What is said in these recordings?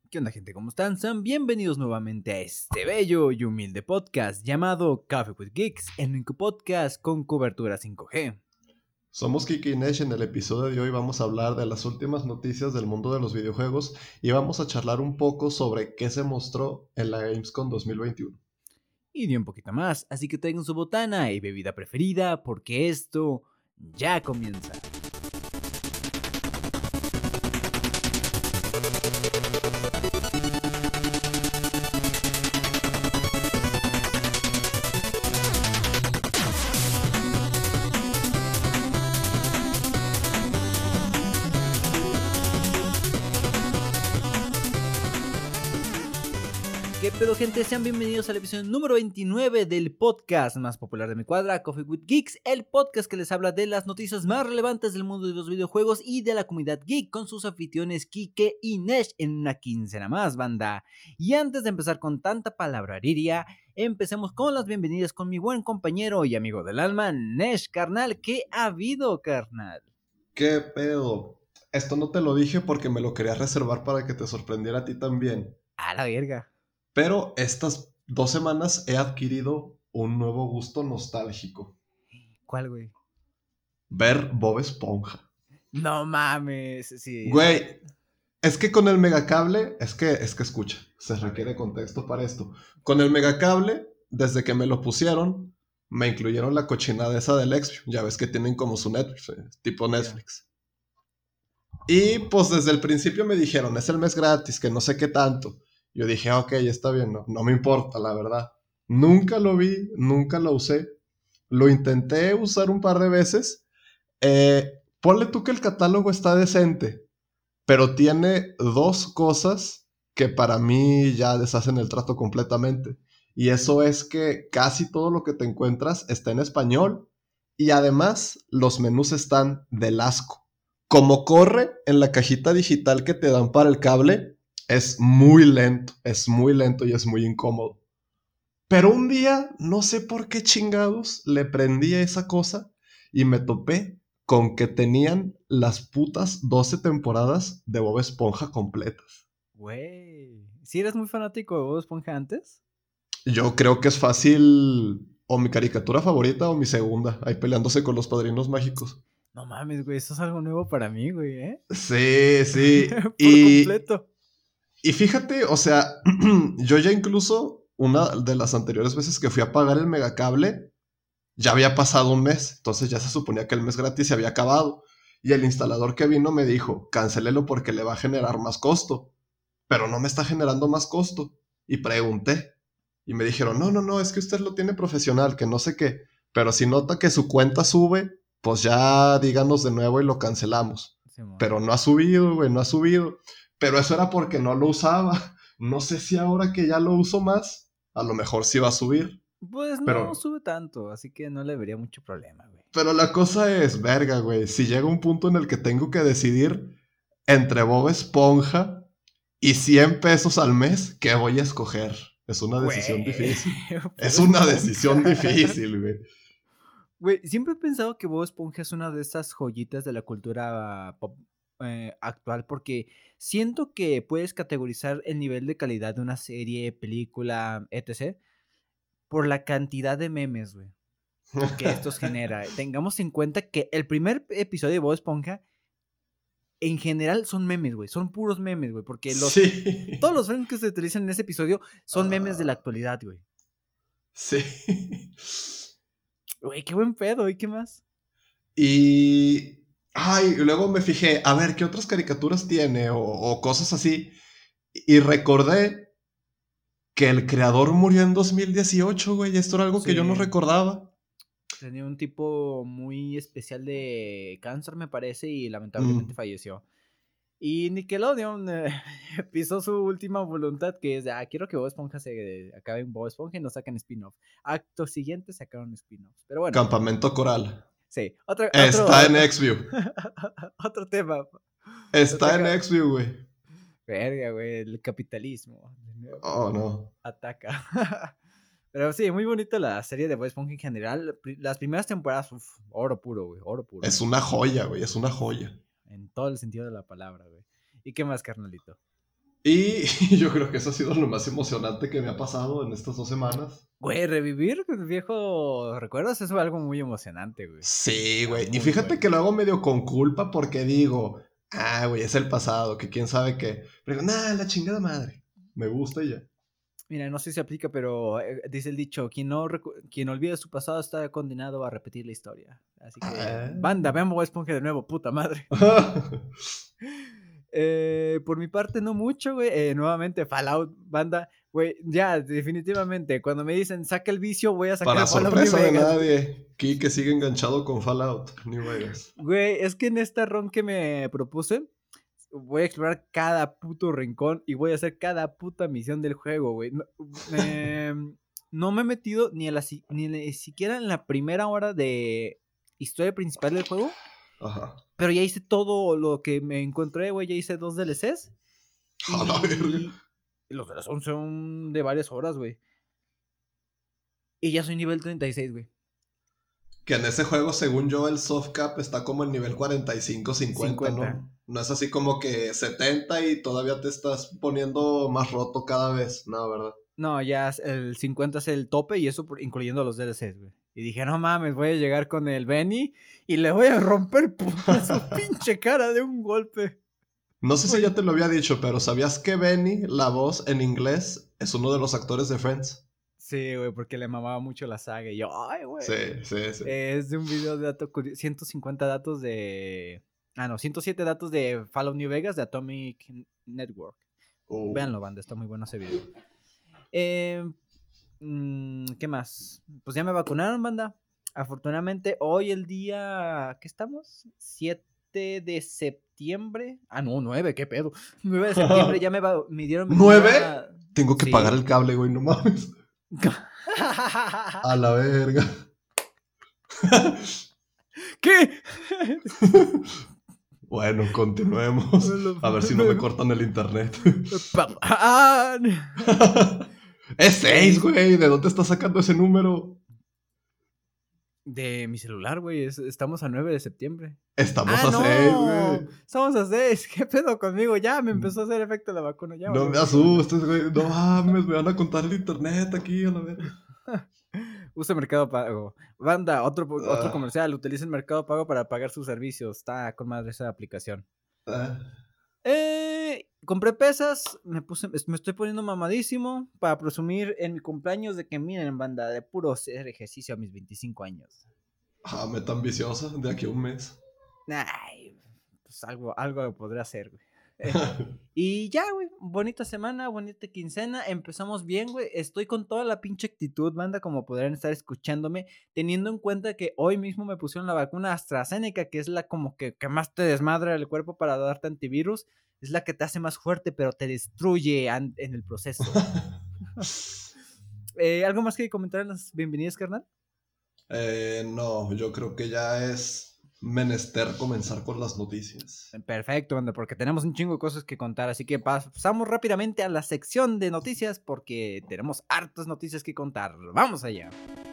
¿Qué onda, gente? ¿Cómo están? Sean bienvenidos nuevamente a este bello y humilde podcast llamado Coffee with Geeks, el único podcast con cobertura 5G. Somos Kiki y Nesh. En el episodio de hoy vamos a hablar de las últimas noticias del mundo de los videojuegos y vamos a charlar un poco sobre qué se mostró en la Gamescom 2021. Y de un poquito más, así que traigan su botana y bebida preferida porque esto ya comienza. ¿Qué pedo, gente? Sean bienvenidos al episodio número 29 del podcast más popular de mi cuadra, Coffee with Geeks, el podcast que les habla de las noticias más relevantes del mundo de los videojuegos y de la comunidad geek con sus anfitriones Kike y Nesh en una quincena más, banda. Y antes de empezar con tanta palabrería, empecemos con las bienvenidas con mi buen compañero y amigo del alma, Nesh, carnal. ¿Qué ha habido, carnal? ¿Qué pedo? Esto no te lo dije porque me lo quería reservar para que te sorprendiera a ti también. A la verga. Pero estas 2 semanas he adquirido un nuevo gusto nostálgico. ¿Cuál, güey? Ver Bob Esponja. No mames, sí. Güey, es que con el megacable, es que escucha, se requiere contexto para esto. Con el megacable, desde que me lo pusieron, me incluyeron la cochinada esa del Exview. Ya ves que tienen como su Netflix, tipo Netflix. Y pues desde el principio me dijeron, es el mes gratis, que no sé qué tanto. Yo dije, ok, está bien, no me importa, la verdad. Nunca lo vi, nunca lo usé. Lo intenté usar un par de veces. Ponle tú que el catálogo está decente, pero tiene dos cosas que para mí ya deshacen el trato completamente. Y eso es que casi todo lo que te encuentras está en español y además los menús están del asco. Como corre en la cajita digital que te dan para el cable, es muy lento y es muy incómodo. Pero un día, no sé por qué chingados, le prendí a esa cosa y me topé con que tenían las putas 12 temporadas de Bob Esponja completas. Güey. ¿Sí eres muy fanático de Bob Esponja antes? Yo creo que es fácil o mi caricatura favorita o mi segunda, ahí peleándose con los padrinos mágicos. No mames, güey, eso es algo nuevo para mí, güey, ¿eh? Sí, sí. Por completo. Y fíjate, o sea, yo ya incluso una de las anteriores veces que fui a pagar el megacable, ya había pasado un mes, entonces ya se suponía que el mes gratis se había acabado. Y el instalador que vino me dijo, cancélelo porque le va a generar más costo. Pero no me está generando más costo. Y pregunté. Y me dijeron, no, es que usted lo tiene profesional, que no sé qué. Pero si nota que su cuenta sube, pues ya díganos de nuevo y lo cancelamos. Sí, Pero no ha subido, güey, no ha subido. Pero eso era porque no lo usaba. No sé si ahora que ya lo uso más, a lo mejor sí va a subir. pues no Pero sube tanto, así que no le vería mucho problema, güey. Pero la cosa es, verga, güey, si llega un punto en el que tengo que decidir entre Bob Esponja y 100 pesos al mes, ¿qué voy a escoger? Es una decisión Güey, difícil. Bob Es una Esponja. decisión difícil, güey. Güey, siempre he pensado que Bob Esponja es una de esas joyitas de la cultura pop actual porque siento que puedes categorizar el nivel de calidad de una serie, película, etc. por la cantidad de memes, güey, que estos genera. Tengamos en cuenta que el primer episodio de Bob Esponja en general son memes, güey. Son puros memes, güey. Porque Sí. todos los memes que se utilizan en ese episodio son memes de la actualidad, güey. Sí. Güey, qué buen pedo. ¿Y qué más? Y... Ay, luego me fijé, a ver, ¿qué otras caricaturas tiene? O cosas así. Y recordé que el creador murió en 2018, güey. Esto era algo que yo no Sí. recordaba. Tenía un tipo muy especial de cáncer, me parece, y lamentablemente falleció. Y Nickelodeon pisó su última voluntad, que es, quiero que Bob Esponja se acabe en Bob Esponja y no saquen spin-off. Acto siguiente sacaron spin-off. Pero bueno. Campamento Coral. Sí, Está en Xview. otro tema. Está en Xview, güey. Verga, güey, el capitalismo. Oh, no. Ataca. Pero sí, muy bonita la serie de Bob Esponja en general. Las primeras temporadas, oro puro, güey, oro puro. Es una joya, güey, es una joya. En todo el sentido de la palabra, güey. ¿Y qué más, carnalito? Y yo creo que eso ha sido lo más emocionante que me ha pasado en estas 2 semanas. Güey, revivir viejos recuerdos es algo muy emocionante, güey. Sí, Está güey. Y muy fíjate bueno. que lo hago medio con culpa porque digo, güey, es el pasado, que quién sabe qué. Pero nah, la chingada madre. Me gusta y ya. Mira, no sé si se aplica, pero dice el dicho, quien olvida su pasado está condenado a repetir la historia. Así que, Ah. banda, veamos Bob Esponja de nuevo, puta madre. Por mi parte, no mucho, güey. Nuevamente, Fallout, banda. Güey, ya, definitivamente. Cuando me dicen saca el vicio, voy a Para sacar Fallout New sorpresa de Vegas. nadie, Kike sigue enganchado con Fallout New Vegas. Güey, es que en esta run que me propuse, voy a explorar cada puto rincón y voy a hacer cada puta misión del juego, güey. No, no me he metido ni siquiera en la primera hora de historia principal del juego. Ajá. Pero ya hice todo lo que me encontré, güey. Ya hice 2 DLCs. A la verga. Y los DLCs son de varias horas, güey. Y ya soy nivel 36, güey. Que en ese juego, según yo, el soft cap está como en nivel 45-50, 50. ¿no? No es así como que 70 y todavía te estás poniendo más roto cada vez. No, ¿verdad? No, ya el 50 es el tope y eso incluyendo los DLCs, güey. Y dije, no mames, voy a llegar con el Benny y le voy a romper su pinche cara de un golpe. No sé si ya Güey. te lo había dicho, pero ¿sabías que Benny, la voz en inglés, es uno de los actores de Friends? Sí, güey, porque le mamaba mucho la saga. Y yo, ay, Sí, güey. sí, sí. Es de un video de 150 datos de... Ah, no, 107 datos de Fallout New Vegas de Atomic Network. Uh. Véanlo, banda, está muy bueno ese video. ¿Qué más? Pues ya me vacunaron, banda. Afortunadamente, hoy el día... ¿Qué estamos? 7 de septiembre. Ah, no, 9, ¿qué pedo? 9 de septiembre ya me dieron mi ¿9? primera... Tengo que pagar Sí. el cable, güey, no mames. A la verga. ¿Qué? Bueno, continuemos. A ver si no me cortan el internet. Es 6, güey. ¿De dónde estás sacando ese número? De mi celular, güey. Estamos a 9 de septiembre. Estamos ¡Ah, a 6, no! güey. Estamos a 6. ¿Qué pedo conmigo? Ya me empezó a hacer efecto la vacuna. Ya No valió me verga, banda. asustes, güey. No mames, me van a contar el internet aquí a la verga. Usa Mercado Pago. Banda, otro Ah, comercial. Utilicen Mercado Pago para pagar sus servicios. Está con madre esa aplicación. ah. Compré pesas. Me estoy poniendo mamadísimo para presumir en mi cumpleaños de que miren, banda, de puro hacer ejercicio a mis 25 años. Meta ambiciosa de aquí a un mes. Ay, pues algo podré hacer, güey. Y ya, güey, bonita semana, bonita quincena, empezamos bien, güey, estoy con toda la pinche actitud, banda, como podrán estar escuchándome, teniendo en cuenta que hoy mismo me pusieron la vacuna AstraZeneca, que es la como que más te desmadra el cuerpo para darte antivirus, es la que te hace más fuerte, pero te destruye en el proceso. ¿Algo más que comentar en las bienvenidas, carnal? No, yo creo que ya es menester comenzar con las noticias. Perfecto, banda, porque tenemos un chingo de cosas que contar, así que pasamos rápidamente a la sección de noticias porque tenemos hartas noticias que contar. Vamos allá.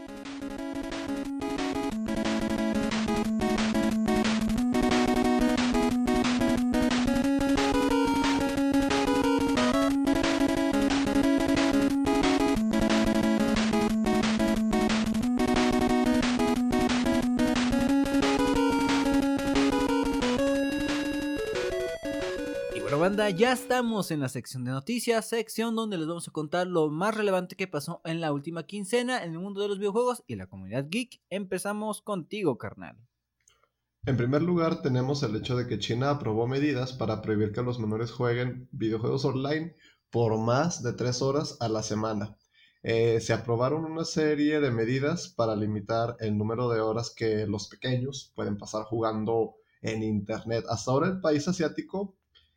Y bueno, banda, ya estamos en la sección de noticias, sección donde les vamos a contar lo más relevante que pasó en la última quincena en el mundo de los videojuegos y la comunidad geek. Empezamos contigo, carnal. En primer lugar, tenemos el hecho de que China aprobó medidas para prohibir que los menores jueguen videojuegos online por más de 3 horas a la semana. Se aprobaron una serie de medidas para limitar el número de horas que los pequeños pueden pasar jugando en Internet. Hasta ahora el país asiático,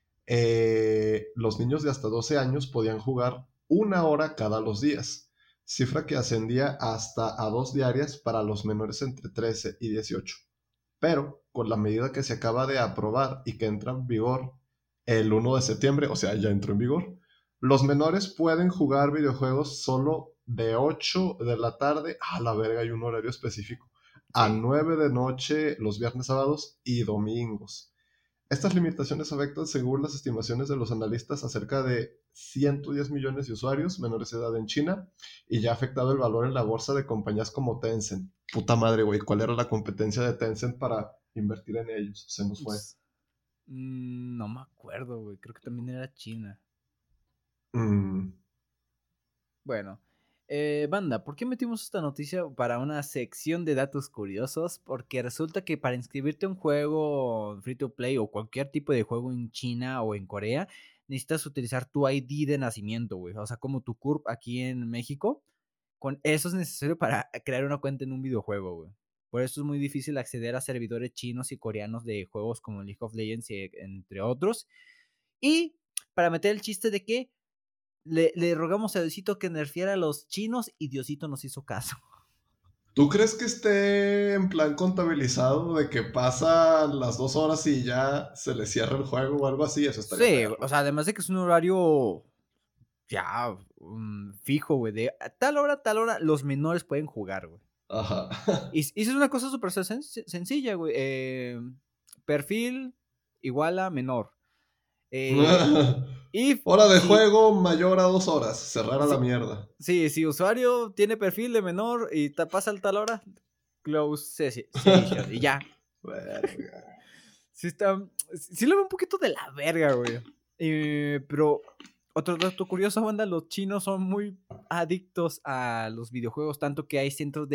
los niños de hasta 12 años podían jugar 1 hora cada los días, cifra que ascendía hasta a 2 diarias para los menores entre 13 y 18. Pero con la medida que se acaba de aprobar y que entra en vigor el 1 de septiembre, o sea, ya entró en vigor, los menores pueden jugar videojuegos solo de 8 de la tarde, a la verga hay un horario específico, a Sí. 9 de noche los viernes, sábados y domingos. Estas limitaciones afectan, según las estimaciones de los analistas, a cerca de 110 millones de usuarios menores de edad en China y ya ha afectado el valor en la bolsa de compañías como Tencent. Puta madre, güey, ¿cuál era la competencia de Tencent para invertir en ellos? Se nos fue. Ups. No me acuerdo, güey. Creo que también era China. Mm. Bueno, banda, ¿por qué metimos esta noticia para una sección de datos curiosos? Porque resulta que para inscribirte a un juego free to play o cualquier tipo de juego en China o en Corea, necesitas utilizar tu ID de nacimiento, güey. O sea, como tu CURP aquí en México. Con eso es necesario para crear una cuenta en un videojuego, güey. Por eso es muy difícil acceder a servidores chinos y coreanos de juegos como League of Legends, entre otros. Y para meter el chiste de que le rogamos a Diosito que nerfiera a los chinos y Diosito nos hizo caso. ¿Tú crees que esté en plan contabilizado de que pasan las 2 horas y ya se le cierra el juego o algo así? Eso estaría Sí, o perro. sea, además de que es un horario ya fijo, güey, de a tal hora, los menores pueden jugar, güey. Ajá. Y eso es una cosa súper sencilla, güey. Perfil igual a menor. If, Hora de si, juego mayor a 2 horas. Cerrar a la si, mierda. si usuario tiene perfil de menor y pasa el tal hora, close session. Y ya. Verga. Sí lo veo un poquito de la verga, güey. Pero otro dato curioso, banda, los chinos son muy adictos a los videojuegos, tanto que hay centros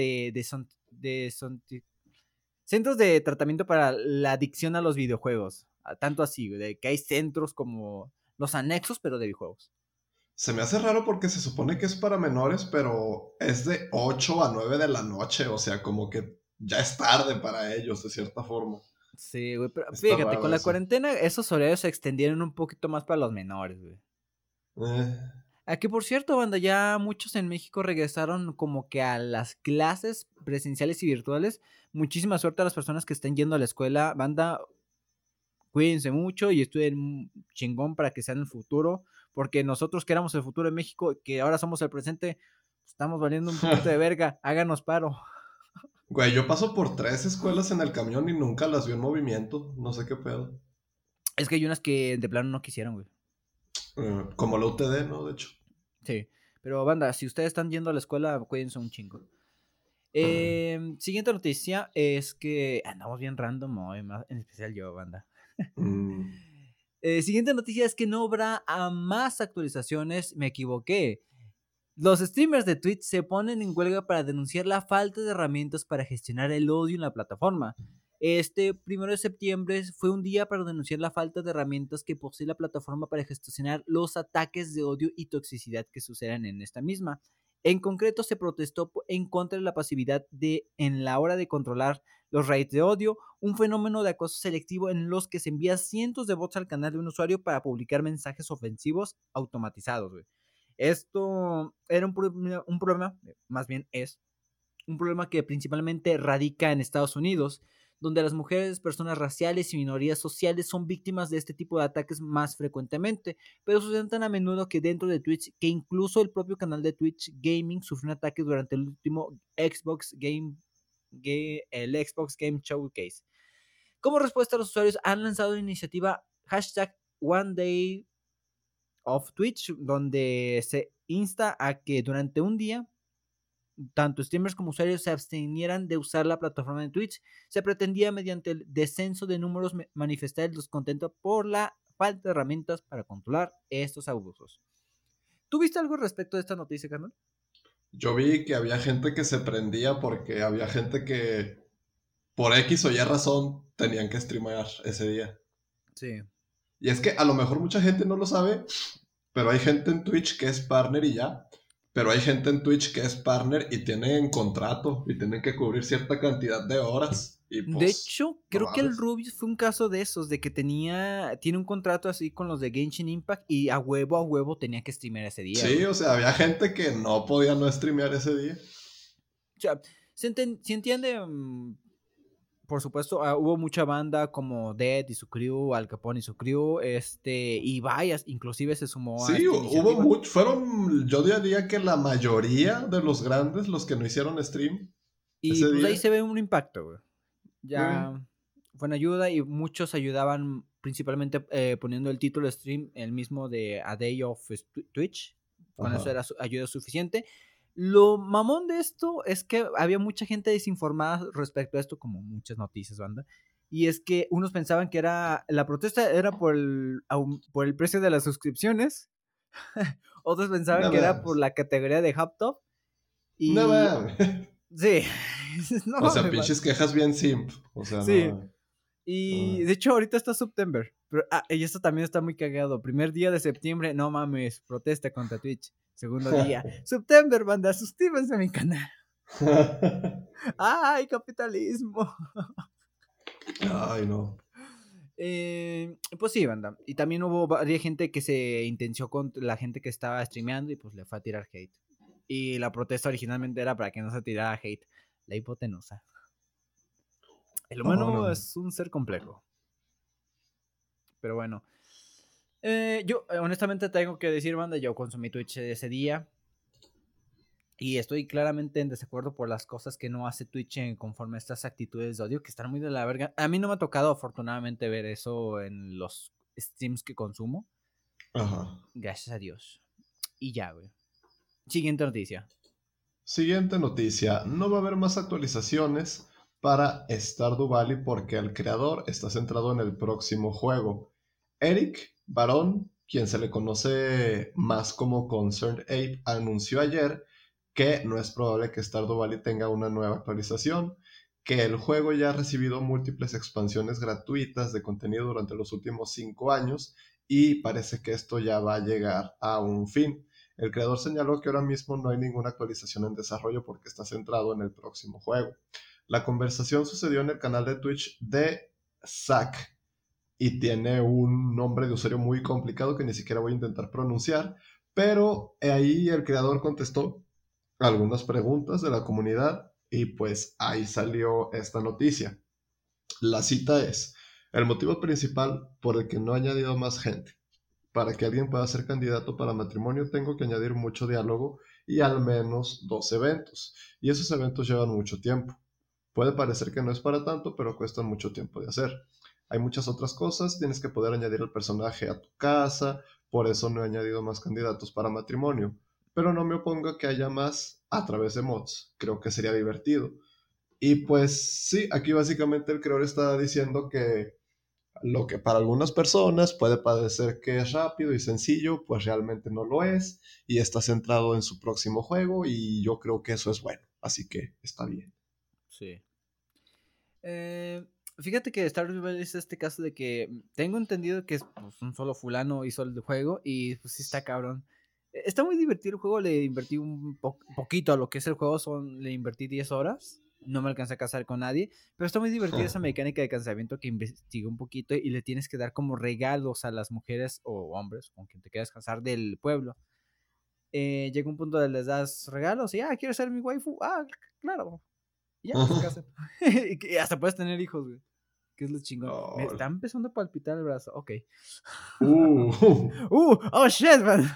centros de tratamiento para la adicción a los videojuegos. Tanto así, güey, de que hay centros como los anexos, pero de videojuegos. Se me hace raro porque se supone que es para menores, pero es de 8 a 9 de la noche. O sea, como que ya es tarde para ellos, de cierta forma. Sí, güey, pero Está fíjate, con raro la eso. cuarentena esos horarios se extendieron un poquito más para los menores, güey. Eh, Aquí, por cierto, banda, ya muchos en México regresaron como que a las clases presenciales y virtuales. Muchísima suerte a las personas que estén yendo a la escuela. Banda, cuídense mucho y estudien chingón para que sean el futuro. Porque nosotros que éramos el futuro de México, que ahora somos el presente, estamos valiendo un poquito de verga. Háganos paro. Güey, yo paso por 3 escuelas en el camión y nunca las vi en movimiento. No sé qué pedo. Es que hay unas que de plano no quisieron, güey. Como la UTD, ¿no? De hecho. Sí. Pero, banda, si ustedes están yendo a la escuela, cuídense un chingo. Mm. Siguiente noticia es que andamos bien random hoy, en especial yo, banda. Mm. Siguiente noticia es que no habrá a más actualizaciones. Me equivoqué. Los streamers de Twitch se ponen en huelga para denunciar la falta de herramientas para gestionar el odio en la plataforma. Este 1 de septiembre fue un día para denunciar la falta de herramientas que posee la plataforma para gestionar los ataques de odio y toxicidad que suceden en esta misma. En concreto, se protestó en contra de la pasividad en la hora de controlar los raids de odio, un fenómeno de acoso selectivo en los que se envía cientos de bots al canal de un usuario para publicar mensajes ofensivos automatizados. Güey. Esto era un problema, más bien es un problema que principalmente radica en Estados Unidos, donde las mujeres, personas raciales y minorías sociales son víctimas de este tipo de ataques más frecuentemente, pero suceden tan a menudo que dentro de Twitch, que incluso el propio canal de Twitch Gaming sufrió un ataque durante el último el Xbox Game Showcase. Como respuesta, los usuarios han lanzado la iniciativa hashtag One Day of Twitch, donde se insta a que durante un día tanto streamers como usuarios se abstenieran de usar la plataforma de Twitch. Se pretendía, mediante el descenso de números, manifestar el descontento por la falta de herramientas para controlar estos abusos. ¿Tú viste algo respecto de esta noticia, carnal? Yo vi que había gente que se prendía porque había gente que por X o Y razón tenían que streamear ese día. Sí. Y es que a lo mejor mucha gente no lo sabe, pero hay gente en Twitch que es partner y ya. Pero hay gente en Twitch que es partner y tienen contrato y tienen que cubrir cierta cantidad de horas. Y De pues, hecho, no creo que el mames. Rubius fue un caso de esos, de que tiene un contrato así con los de Genshin Impact y a huevo tenía que streamear ese día, Sí, güey. o sea, había gente que no podía no streamear ese día. O sea, se entiende, por supuesto, hubo mucha banda como Dead y su crew, Al Capone y su crew, y varias, inclusive se sumó a Sí, esta hubo iniciativa. mucho, fueron, yo diría que la mayoría de los grandes los que no hicieron stream Y ese pues ahí día. se ve un impacto, güey. Eh, Ya fue una ayuda y muchos ayudaban. principalmente poniendo el título de stream, el mismo de A Day of Twitch. Con eso Ajá. era ayuda suficiente. Lo mamón de esto es que había mucha gente desinformada respecto a esto, como muchas noticias, banda. Y es que unos pensaban que la protesta era por el precio de las suscripciones. Otros pensaban No que era por mames. la categoría de laptop. No Y mames. sí, no O sea, mames, man. pinches quejas bien simp. O sea, no Sí. mames. No Y mames. de hecho ahorita está September. Pero, y esto también está muy cagado. Primer día de septiembre, no mames, protesta contra Twitch. Segundo día, September, banda, suscríbanse a mi canal. ¡Ay, capitalismo! Ay, no. Pues sí, banda. Y también hubo varias gente que se intenció con la gente que estaba streameando y pues le fue a tirar hate. Y la protesta originalmente era para que no se tirara hate. La hipotenusa. El No, humano no. es un ser complejo. Pero bueno. Yo honestamente tengo que decir, banda, yo consumí Twitch ese día. Y estoy claramente en desacuerdo por las cosas que no hace Twitch conforme a estas actitudes de odio que están muy de la verga. A mí no me ha tocado afortunadamente ver eso en los streams que consumo. Ajá. Gracias a Dios. Y ya, güey. Siguiente noticia. Siguiente noticia. No va a haber más actualizaciones para Stardew Valley porque el creador está centrado en el próximo juego. Eric Barón, quien se le conoce más como Concerned Ape, anunció ayer que no es probable que Stardew Valley tenga una nueva actualización, que el juego ya ha recibido múltiples expansiones gratuitas de contenido durante los últimos 5 años y parece que esto ya va a llegar a un fin. El creador señaló que ahora mismo no hay ninguna actualización en desarrollo porque está centrado en el próximo juego. La conversación sucedió en el canal de Twitch de Zack y tiene un nombre de usuario muy complicado que ni siquiera voy a intentar pronunciar, pero ahí el creador contestó algunas preguntas de la comunidad y pues ahí salió esta noticia. La cita es: el motivo principal por el que no he añadido más gente. Para que alguien pueda ser candidato para matrimonio tengo que añadir mucho diálogo y al menos 2 eventos. Y esos eventos llevan mucho tiempo. Puede parecer que no es para tanto, pero cuestan mucho tiempo de hacer. Hay muchas otras cosas, tienes que poder añadir el personaje a tu casa, por eso no he añadido más candidatos para matrimonio. Pero no me opongo a que haya más a través de mods, creo que sería divertido. Y pues sí, aquí básicamente el creador está diciendo que lo que para algunas personas puede parecer que es rápido y sencillo, pues realmente no lo es y está centrado en su próximo juego y yo creo que eso es bueno, así que está bien. Sí. Eh, Fíjate que Stardew Valley es este caso de que tengo entendido que es pues, un solo fulano hizo el juego y pues sí está cabrón. Está muy divertido el juego, le invertí un poquito a lo que es el juego, le invertí 10 horas, no me alcancé a casar con nadie, pero está muy divertida esa mecánica de casamiento que investigué un poquito y le tienes que dar como regalos a las mujeres o hombres con quien te quieras casar del pueblo. Llega un punto donde les das regalos y, ¿quieres ser mi waifu? Claro, y ya, se casan. Y hasta puedes tener hijos, güey. Que es lo chingón. Me Oh. está empezando a palpitar el brazo. Ok. Uh. Oh shit, man.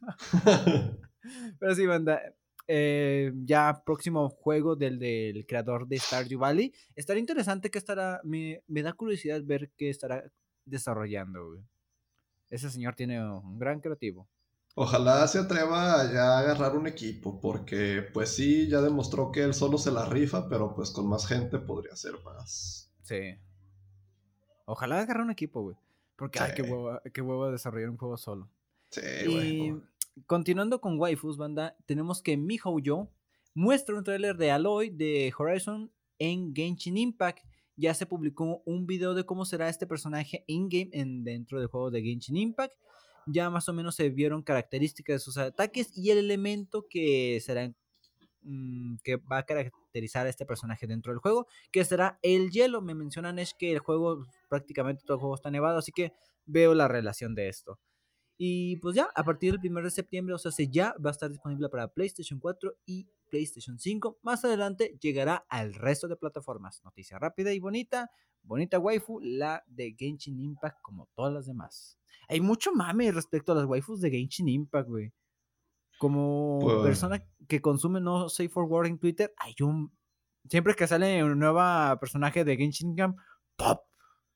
Pero sí, banda. Ya próximo juego del creador de Stardew Valley. Estará interesante que estará. Me da curiosidad ver qué estará desarrollando, güey. Ese señor tiene un gran creativo. Ojalá se atreva a ya agarrar un equipo, porque pues sí, ya demostró que él solo se la rifa, pero pues con más gente podría ser más. Sí. Ojalá agarre un equipo, güey. Porque, Sí, qué huevo desarrollar un juego solo. sí, güey. Y continuando con waifus, banda, tenemos que MiHoYo muestra un tráiler de Aloy de Horizon en Genshin Impact. Ya se publicó un video de cómo será este personaje in-game dentro del juego de Genshin Impact. Ya más o menos se vieron características de sus ataques y el elemento que será que va a caracterizar a este personaje dentro del juego, que será el hielo. Me mencionan es que el juego, prácticamente todo el juego está nevado, así que veo la relación de esto. Y pues ya, a partir del 1 de septiembre, o sea, ya va a estar disponible para PlayStation 4 y PlayStation 5. Más adelante llegará al resto de plataformas. Noticia rápida y bonita. Bonita waifu, la de Genshin Impact, como todas las demás. Hay mucho mame respecto a las waifus de Genshin Impact, güey. Como Pues, persona que consume No Safe for Work en Twitter, hay un. Siempre que sale un nuevo personaje de Genshin Impact, ¡pop!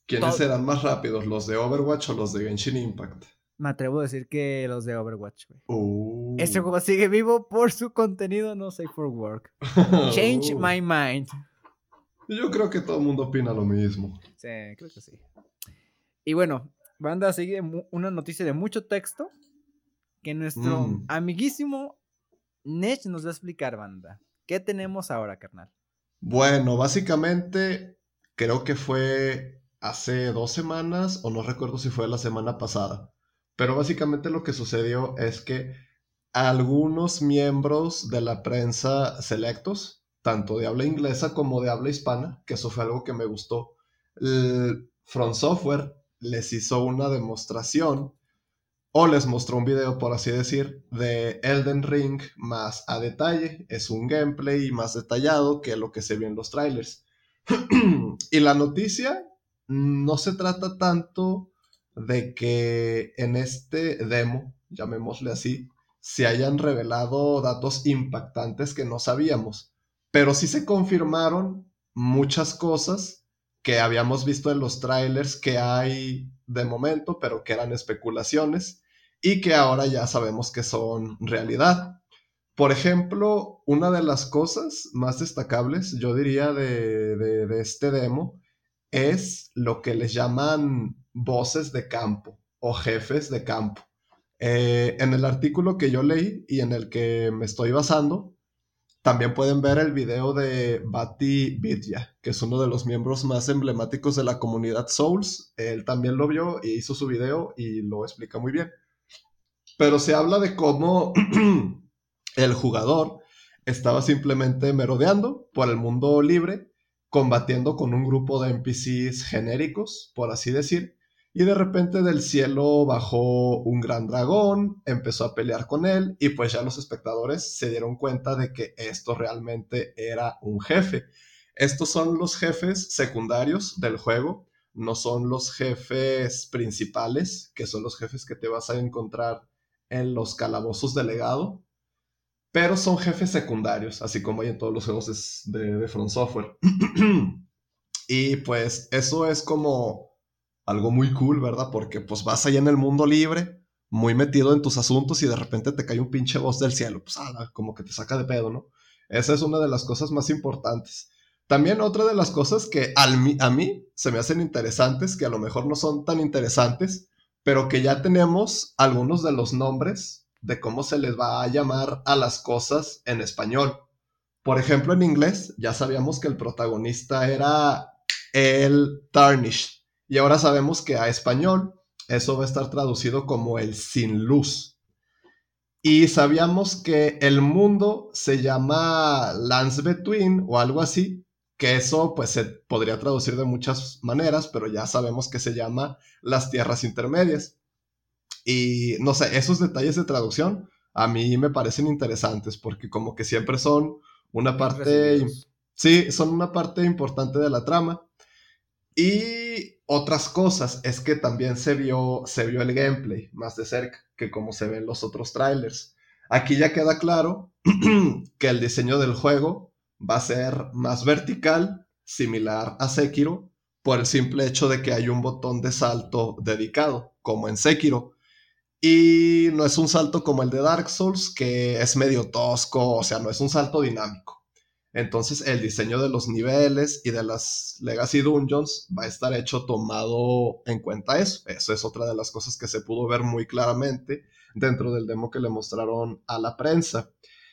¿Quiénes todo, serán más rápidos, los de Overwatch o los de Genshin Impact? me atrevo a decir que los de Overwatch, güey. Este Uh. juego sigue vivo por su contenido no safe for work. Change my mind. Yo creo que todo el mundo opina lo mismo. Sí, creo que sí. Y bueno, banda, sigue una noticia de mucho texto que nuestro Mm. amiguísimo Nech nos va a explicar, banda. ¿Qué tenemos ahora, carnal? Bueno, básicamente creo que fue hace 2 semanas o no recuerdo si fue la semana pasada. Pero básicamente lo que sucedió es que algunos miembros de la prensa selectos, tanto de habla inglesa como de habla hispana, que eso fue algo que me gustó, From Software les hizo una demostración o les mostró un video, por así decir, de Elden Ring más a detalle. Es un gameplay más detallado que lo que se vio en los trailers. Y la noticia no se trata tanto de que en este demo, llamémosle así, se hayan revelado datos impactantes que no sabíamos, pero sí se confirmaron muchas cosas que habíamos visto en los trailers que hay de momento, pero que eran especulaciones y que ahora ya sabemos que son realidad. Por ejemplo, una de las cosas más destacables, yo diría, de este demo es lo que les llaman voces de campo o jefes de campo. En el artículo que yo leí y en el que me estoy basando, también pueden ver el video de Bati Vidya, que es uno de los miembros más emblemáticos de la comunidad Souls. Él también lo vio y hizo su video y lo explica muy bien. Pero se habla de cómo el jugador estaba simplemente merodeando por el mundo libre, combatiendo con un grupo de NPCs genéricos, por así decir, y de repente del cielo bajó un gran dragón, empezó a pelear con él, y pues ya los espectadores se dieron cuenta de que esto realmente era un jefe. Estos son los jefes secundarios del juego, no son los jefes principales, que son los jefes que te vas a encontrar en los calabozos de legado, pero son jefes secundarios, así como hay en todos los juegos de From Software. Y pues eso es como algo muy cool, ¿verdad? Porque pues vas ahí en el mundo libre, muy metido en tus asuntos y de repente te cae un pinche voz del cielo, pues como que te saca de pedo, ¿no? Esa es una de las cosas más importantes. También otra de las cosas que a mí se me hacen interesantes, que a lo mejor no son tan interesantes, pero que ya tenemos algunos de los nombres de cómo se les va a llamar a las cosas en español. Por ejemplo, en inglés ya sabíamos que el protagonista era el Tarnished. Y ahora sabemos que a español eso va a estar traducido como el sin luz. Y sabíamos que el mundo se llama Lands Between o algo así, que eso pues se podría traducir de muchas maneras, pero ya sabemos que se llama las tierras intermedias. Y no sé, esos detalles de traducción a mí me parecen interesantes porque como que siempre son una Bien parte, recibidos. sí, son una parte importante de la trama. Y otras cosas es que también se vio el gameplay más de cerca que como se ve en los otros trailers. Aquí ya queda claro que el diseño del juego va a ser más vertical, similar a Sekiro, por el simple hecho de que hay un botón de salto dedicado, como en Sekiro. Y no es un salto como el de Dark Souls, que es medio tosco, o sea, no es un salto dinámico. Entonces el diseño de los niveles y de las Legacy Dungeons va a estar hecho tomado en cuenta eso. Eso es otra de las cosas que se pudo ver muy claramente dentro del demo que le mostraron a la prensa.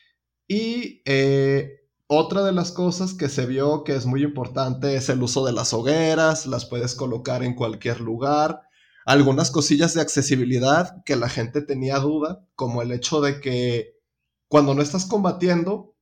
Y otra de las cosas que se vio que es muy importante es el uso de las hogueras, las puedes colocar en cualquier lugar. Algunas cosillas de accesibilidad que la gente tenía duda, como el hecho de que cuando no estás combatiendo,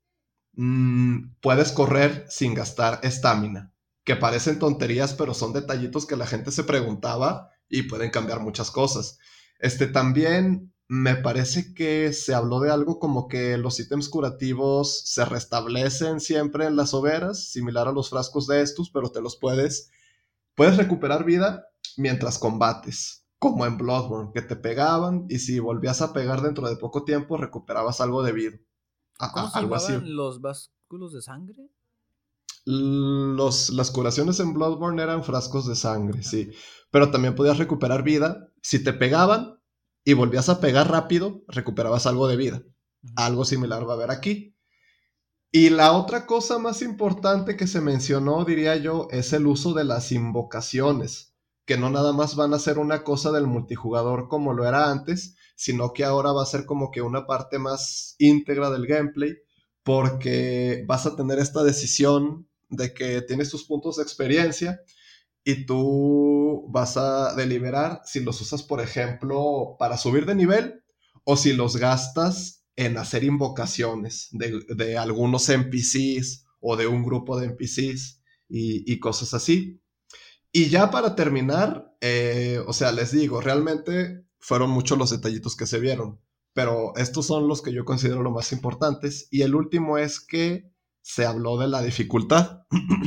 puedes correr sin gastar estamina, que parecen tonterías, pero son detallitos que la gente se preguntaba y pueden cambiar muchas cosas. También me parece que se habló de algo como que los ítems curativos se restablecen siempre en las hogueras, similar a los frascos de estos, pero te los puedes recuperar vida mientras combates, como en Bloodborne, que te pegaban y si volvías a pegar dentro de poco tiempo recuperabas algo de vida. ¿Cómo se Algo así. llamaban los básculos de sangre? Las curaciones en Bloodborne eran frascos de sangre, sí. Pero también podías recuperar vida. Si te pegaban y volvías a pegar rápido, recuperabas algo de vida. Ujú. Algo similar va a haber aquí. Y la otra cosa más importante que se mencionó, diría yo, es el uso de las invocaciones, que no nada más van a ser una cosa del multijugador como lo era antes, sino que ahora va a ser como que una parte más íntegra del gameplay, porque vas a tener esta decisión de que tienes tus puntos de experiencia y tú vas a deliberar si los usas, por ejemplo, para subir de nivel o si los gastas en hacer invocaciones de algunos NPCs o de un grupo de NPCs y cosas así. Y ya para terminar, o sea, les digo, realmente fueron muchos los detallitos que se vieron, pero estos son los que yo considero los más importantes. Y el último es que se habló de la dificultad.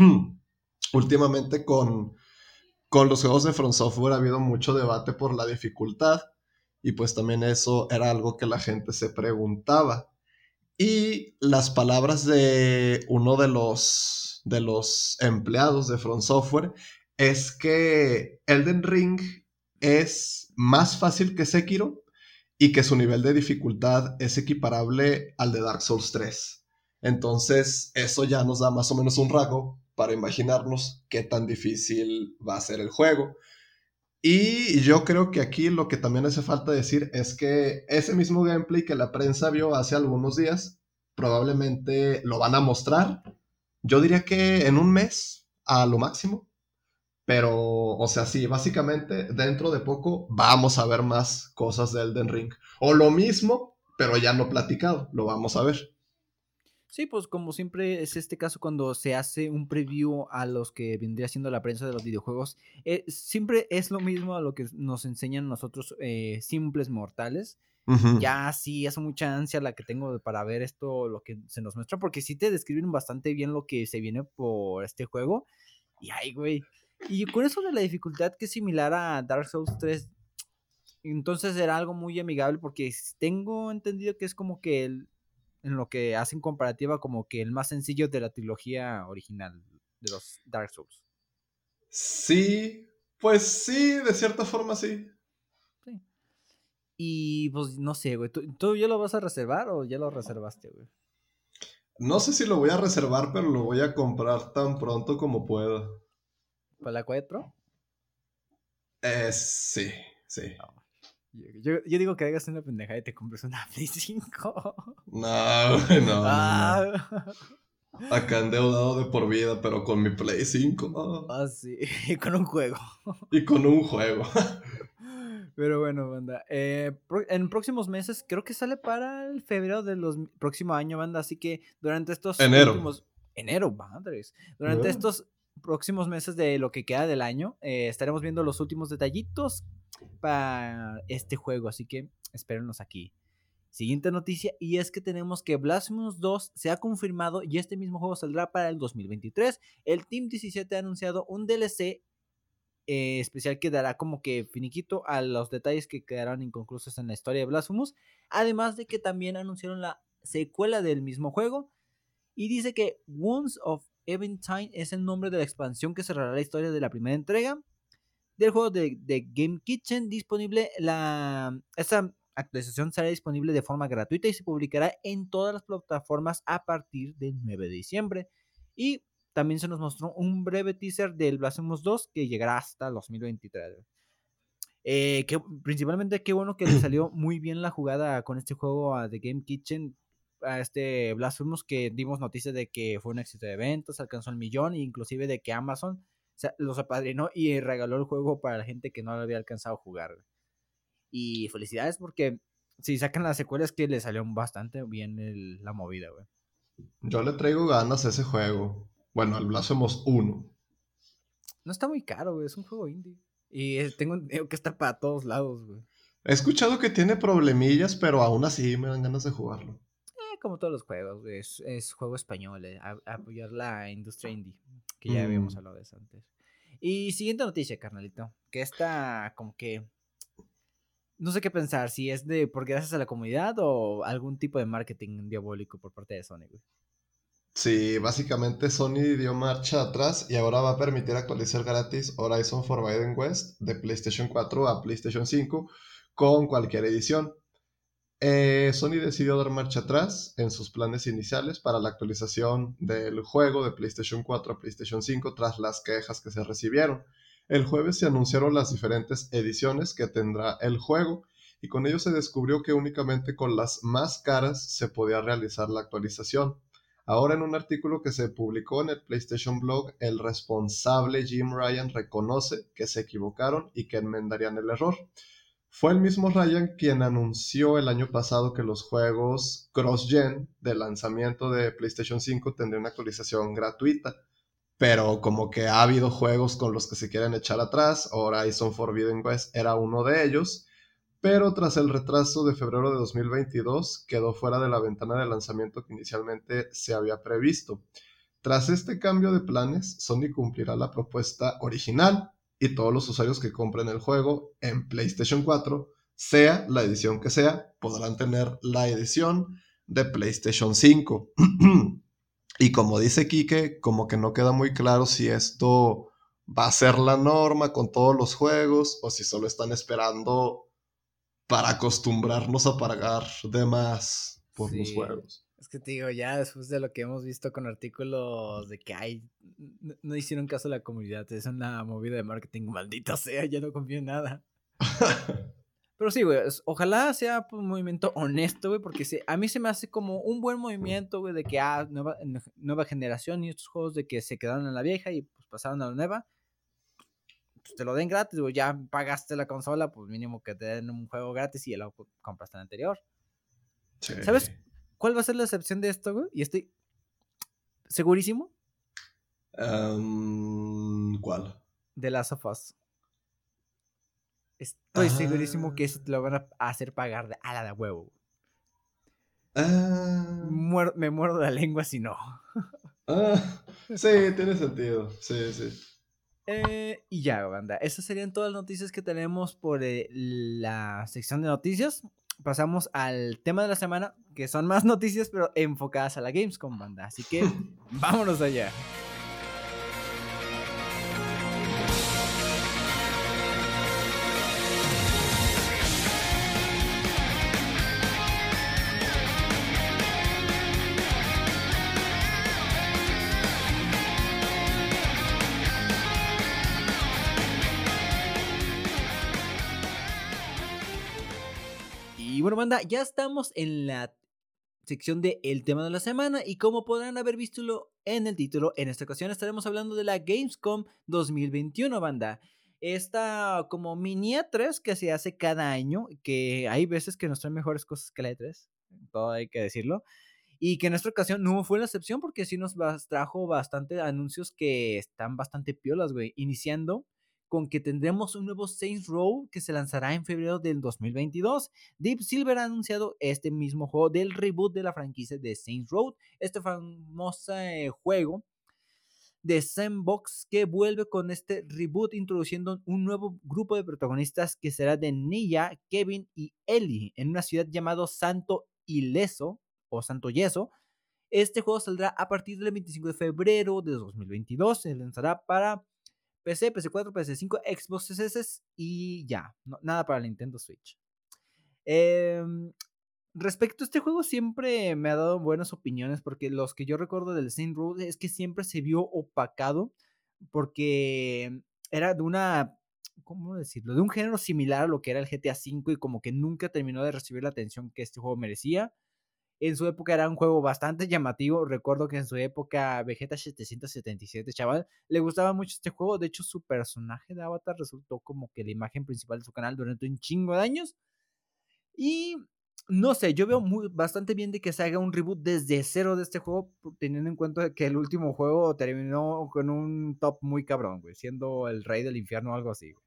Últimamente con los juegos de From Software ha habido mucho debate por la dificultad y pues también eso era algo que la gente se preguntaba. Y las palabras de uno de los empleados de From Software es que Elden Ring es más fácil que Sekiro y que su nivel de dificultad es equiparable al de Dark Souls 3. Entonces, eso ya nos da más o menos un rasgo para imaginarnos qué tan difícil va a ser el juego. Y yo creo que aquí lo que también hace falta decir es que ese mismo gameplay que la prensa vio hace algunos días, probablemente lo van a mostrar. Yo diría que en un mes, a lo máximo. Pero, o sea, sí, básicamente dentro de poco vamos a ver más cosas de Elden Ring. O lo mismo, pero ya no platicado, lo vamos a ver. Sí, pues como siempre es este caso cuando se hace un preview a los que vendría siendo la prensa de los videojuegos, siempre es lo mismo a lo que nos enseñan nosotros simples mortales. Ujú. Ya sí, es mucha ansia la que tengo para ver esto, lo que se nos muestra, porque sí te describen bastante bien lo que se viene por este juego. Y ay, güey. Y con eso de la dificultad que es similar a Dark Souls 3, entonces era algo muy amigable porque tengo entendido que es como que en lo que hacen comparativa como que el más sencillo de la trilogía original de los Dark Souls. Sí, pues sí, de cierta forma sí. Sí. Y pues no sé, güey, ¿tú ya lo vas a reservar o ya lo reservaste, güey? No sé si lo voy a reservar, pero lo voy a comprar tan pronto como pueda. ¿Para la 4? Sí, sí. No. Yo digo que hagas una pendejada y te compres una Play 5. No, no, no, no. Ah, Acá endeudado de por vida, pero con mi Play 5. sí, con un juego. Y con un juego. Pero bueno, banda. En próximos meses, creo que sale para el febrero del próximo año, banda. Así que durante estos Enero. últimos. Enero, madres. Durante ¿No? estos próximos meses de lo que queda del año, estaremos viendo los últimos detallitos para este juego. Así que espérenos aquí. Siguiente noticia, y es que tenemos que Blasphemous 2 se ha confirmado y este mismo juego saldrá para el 2023. El Team 17 ha anunciado un DLC especial que dará como que finiquito a los detalles que quedaron inconclusos en la historia de Blasphemous, además de que también anunciaron la secuela del mismo juego y dice que Wounds of Eventide es el nombre de la expansión que cerrará la historia de la primera entrega del juego de Game Kitchen disponible. Esta actualización será disponible de forma gratuita y se publicará en todas las plataformas a partir del 9 de diciembre. Y también se nos mostró un breve teaser del Blasphemous 2 que llegará hasta 2023. Principalmente qué bueno que le salió muy bien la jugada con este juego a The Game Kitchen, a este Blasphemous, que dimos noticia de que fue un éxito de ventas, alcanzó el millón, e inclusive de que Amazon los apadrinó y regaló el juego para la gente que no lo había alcanzado a jugar. Y felicidades porque si sacan las secuelas que le salió bastante bien la movida, güey. Yo le traigo ganas a ese juego. Bueno, al Blasphemous 1. No está muy caro, güey, es un juego indie. Y tengo entendido que está para todos lados, güey. He escuchado que tiene problemillas, pero aún así me dan ganas de jugarlo. Como todos los juegos, güey, es juego español, apoyar la industria indie, que ya habíamos Mm. hablado de eso antes. Y siguiente noticia, carnalito, que está como que no sé qué pensar, si es de por gracias a la comunidad o algún tipo de marketing diabólico por parte de Sony, güey. Sí, básicamente Sony dio marcha atrás y ahora va a permitir actualizar gratis Horizon Forbidden West de PlayStation 4 a PlayStation 5 con cualquier edición. Sony decidió dar marcha atrás en sus planes iniciales para la actualización del juego de PlayStation 4 a PlayStation 5 tras las quejas que se recibieron. El jueves se anunciaron las diferentes ediciones que tendrá el juego y con ello se descubrió que únicamente con las más caras se podía realizar la actualización. Ahora en un artículo que se publicó en el PlayStation Blog, el responsable Jim Ryan reconoce que se equivocaron y que enmendarían el error. Fue el mismo Ryan quien anunció el año pasado que los juegos cross-gen de lanzamiento de PlayStation 5 tendrían una actualización gratuita, pero como que ha habido juegos con los que se quieren echar atrás, Horizon Forbidden West era uno de ellos, pero tras el retraso de febrero de 2022 quedó fuera de la ventana de lanzamiento que inicialmente se había previsto. Tras este cambio de planes, Sony cumplirá la propuesta original y todos los usuarios que compren el juego en PlayStation 4, sea la edición que sea, podrán tener la edición de PlayStation 5. Y como dice Kike, como que no queda muy claro si esto va a ser la norma con todos los juegos o si solo están esperando para acostumbrarnos a pagar de más por los Sí, juegos. es que te digo, ya después de lo que hemos visto con artículos de que hay, no hicieron caso a la comunidad, es una movida de marketing, maldita sea, ya no confío en nada. Pero sí, güey, ojalá sea pues, un movimiento honesto, güey, porque a mí se me hace como un buen movimiento, güey, de que nueva generación y estos juegos de que se quedaron en la vieja y pues pasaron a la nueva, pues te lo den gratis, güey, ya pagaste la consola, pues mínimo que te den un juego gratis y ya lo compraste en el anterior. Sí. ¿Sabes cuál va a ser la excepción de esto, güey? Y estoy segurísimo ¿Cuál? de Last of Us. Estoy segurísimo que Ah, eso te lo van a hacer pagar a la de huevo. ah, Me muerdo la lengua si no. sí, tiene sentido. Sí, sí. Y ya, banda. Esas serían todas las noticias que tenemos por la sección de noticias. Pasamos al tema de la semana, que son más noticias, pero enfocadas a la Gamescom, banda. Así que vámonos allá. Y bueno, banda, ya estamos en la sección de el tema de la semana y como podrán haber visto en el título, en esta ocasión estaremos hablando de la Gamescom 2021, banda. Esta como mini E3 que se hace cada año, que hay veces que nos traen mejores cosas que la E3, todo hay que decirlo, y que en esta ocasión no fue la excepción porque sí nos trajo bastante anuncios que están bastante piolas, güey, iniciando con que tendremos un nuevo Saints Row que se lanzará en febrero del 2022. Deep Silver ha anunciado este mismo juego del reboot de la franquicia de Saints Row, este famoso juego de Sandbox que vuelve con este reboot introduciendo un nuevo grupo de protagonistas que será de Nia, Kevin y Ellie en una ciudad llamada Santo Ileso o Santo Yeso. Este juego saldrá a partir del 25 de febrero de 2022, se lanzará para PC, PC4, PC5, Xbox Series S y ya, no, nada para Nintendo Switch. Eh, Respecto a este juego siempre me ha dado buenas opiniones porque los que yo recuerdo del Saint Row es que siempre se vio opacado porque era de una, ¿cómo decirlo? De un género similar a lo que era el GTA V y como que nunca terminó de recibir la atención que este juego merecía. En su época era un juego bastante llamativo. Recuerdo que en su época Vegeta 777, chaval, le gustaba mucho este juego. De hecho, su personaje de Avatar resultó como que la imagen principal de su canal durante un chingo de años. Y no sé, yo veo bastante bien de que se haga un reboot desde cero de este juego, teniendo en cuenta que el último juego terminó con un top muy cabrón, güey, siendo el rey del infierno o algo así, güey.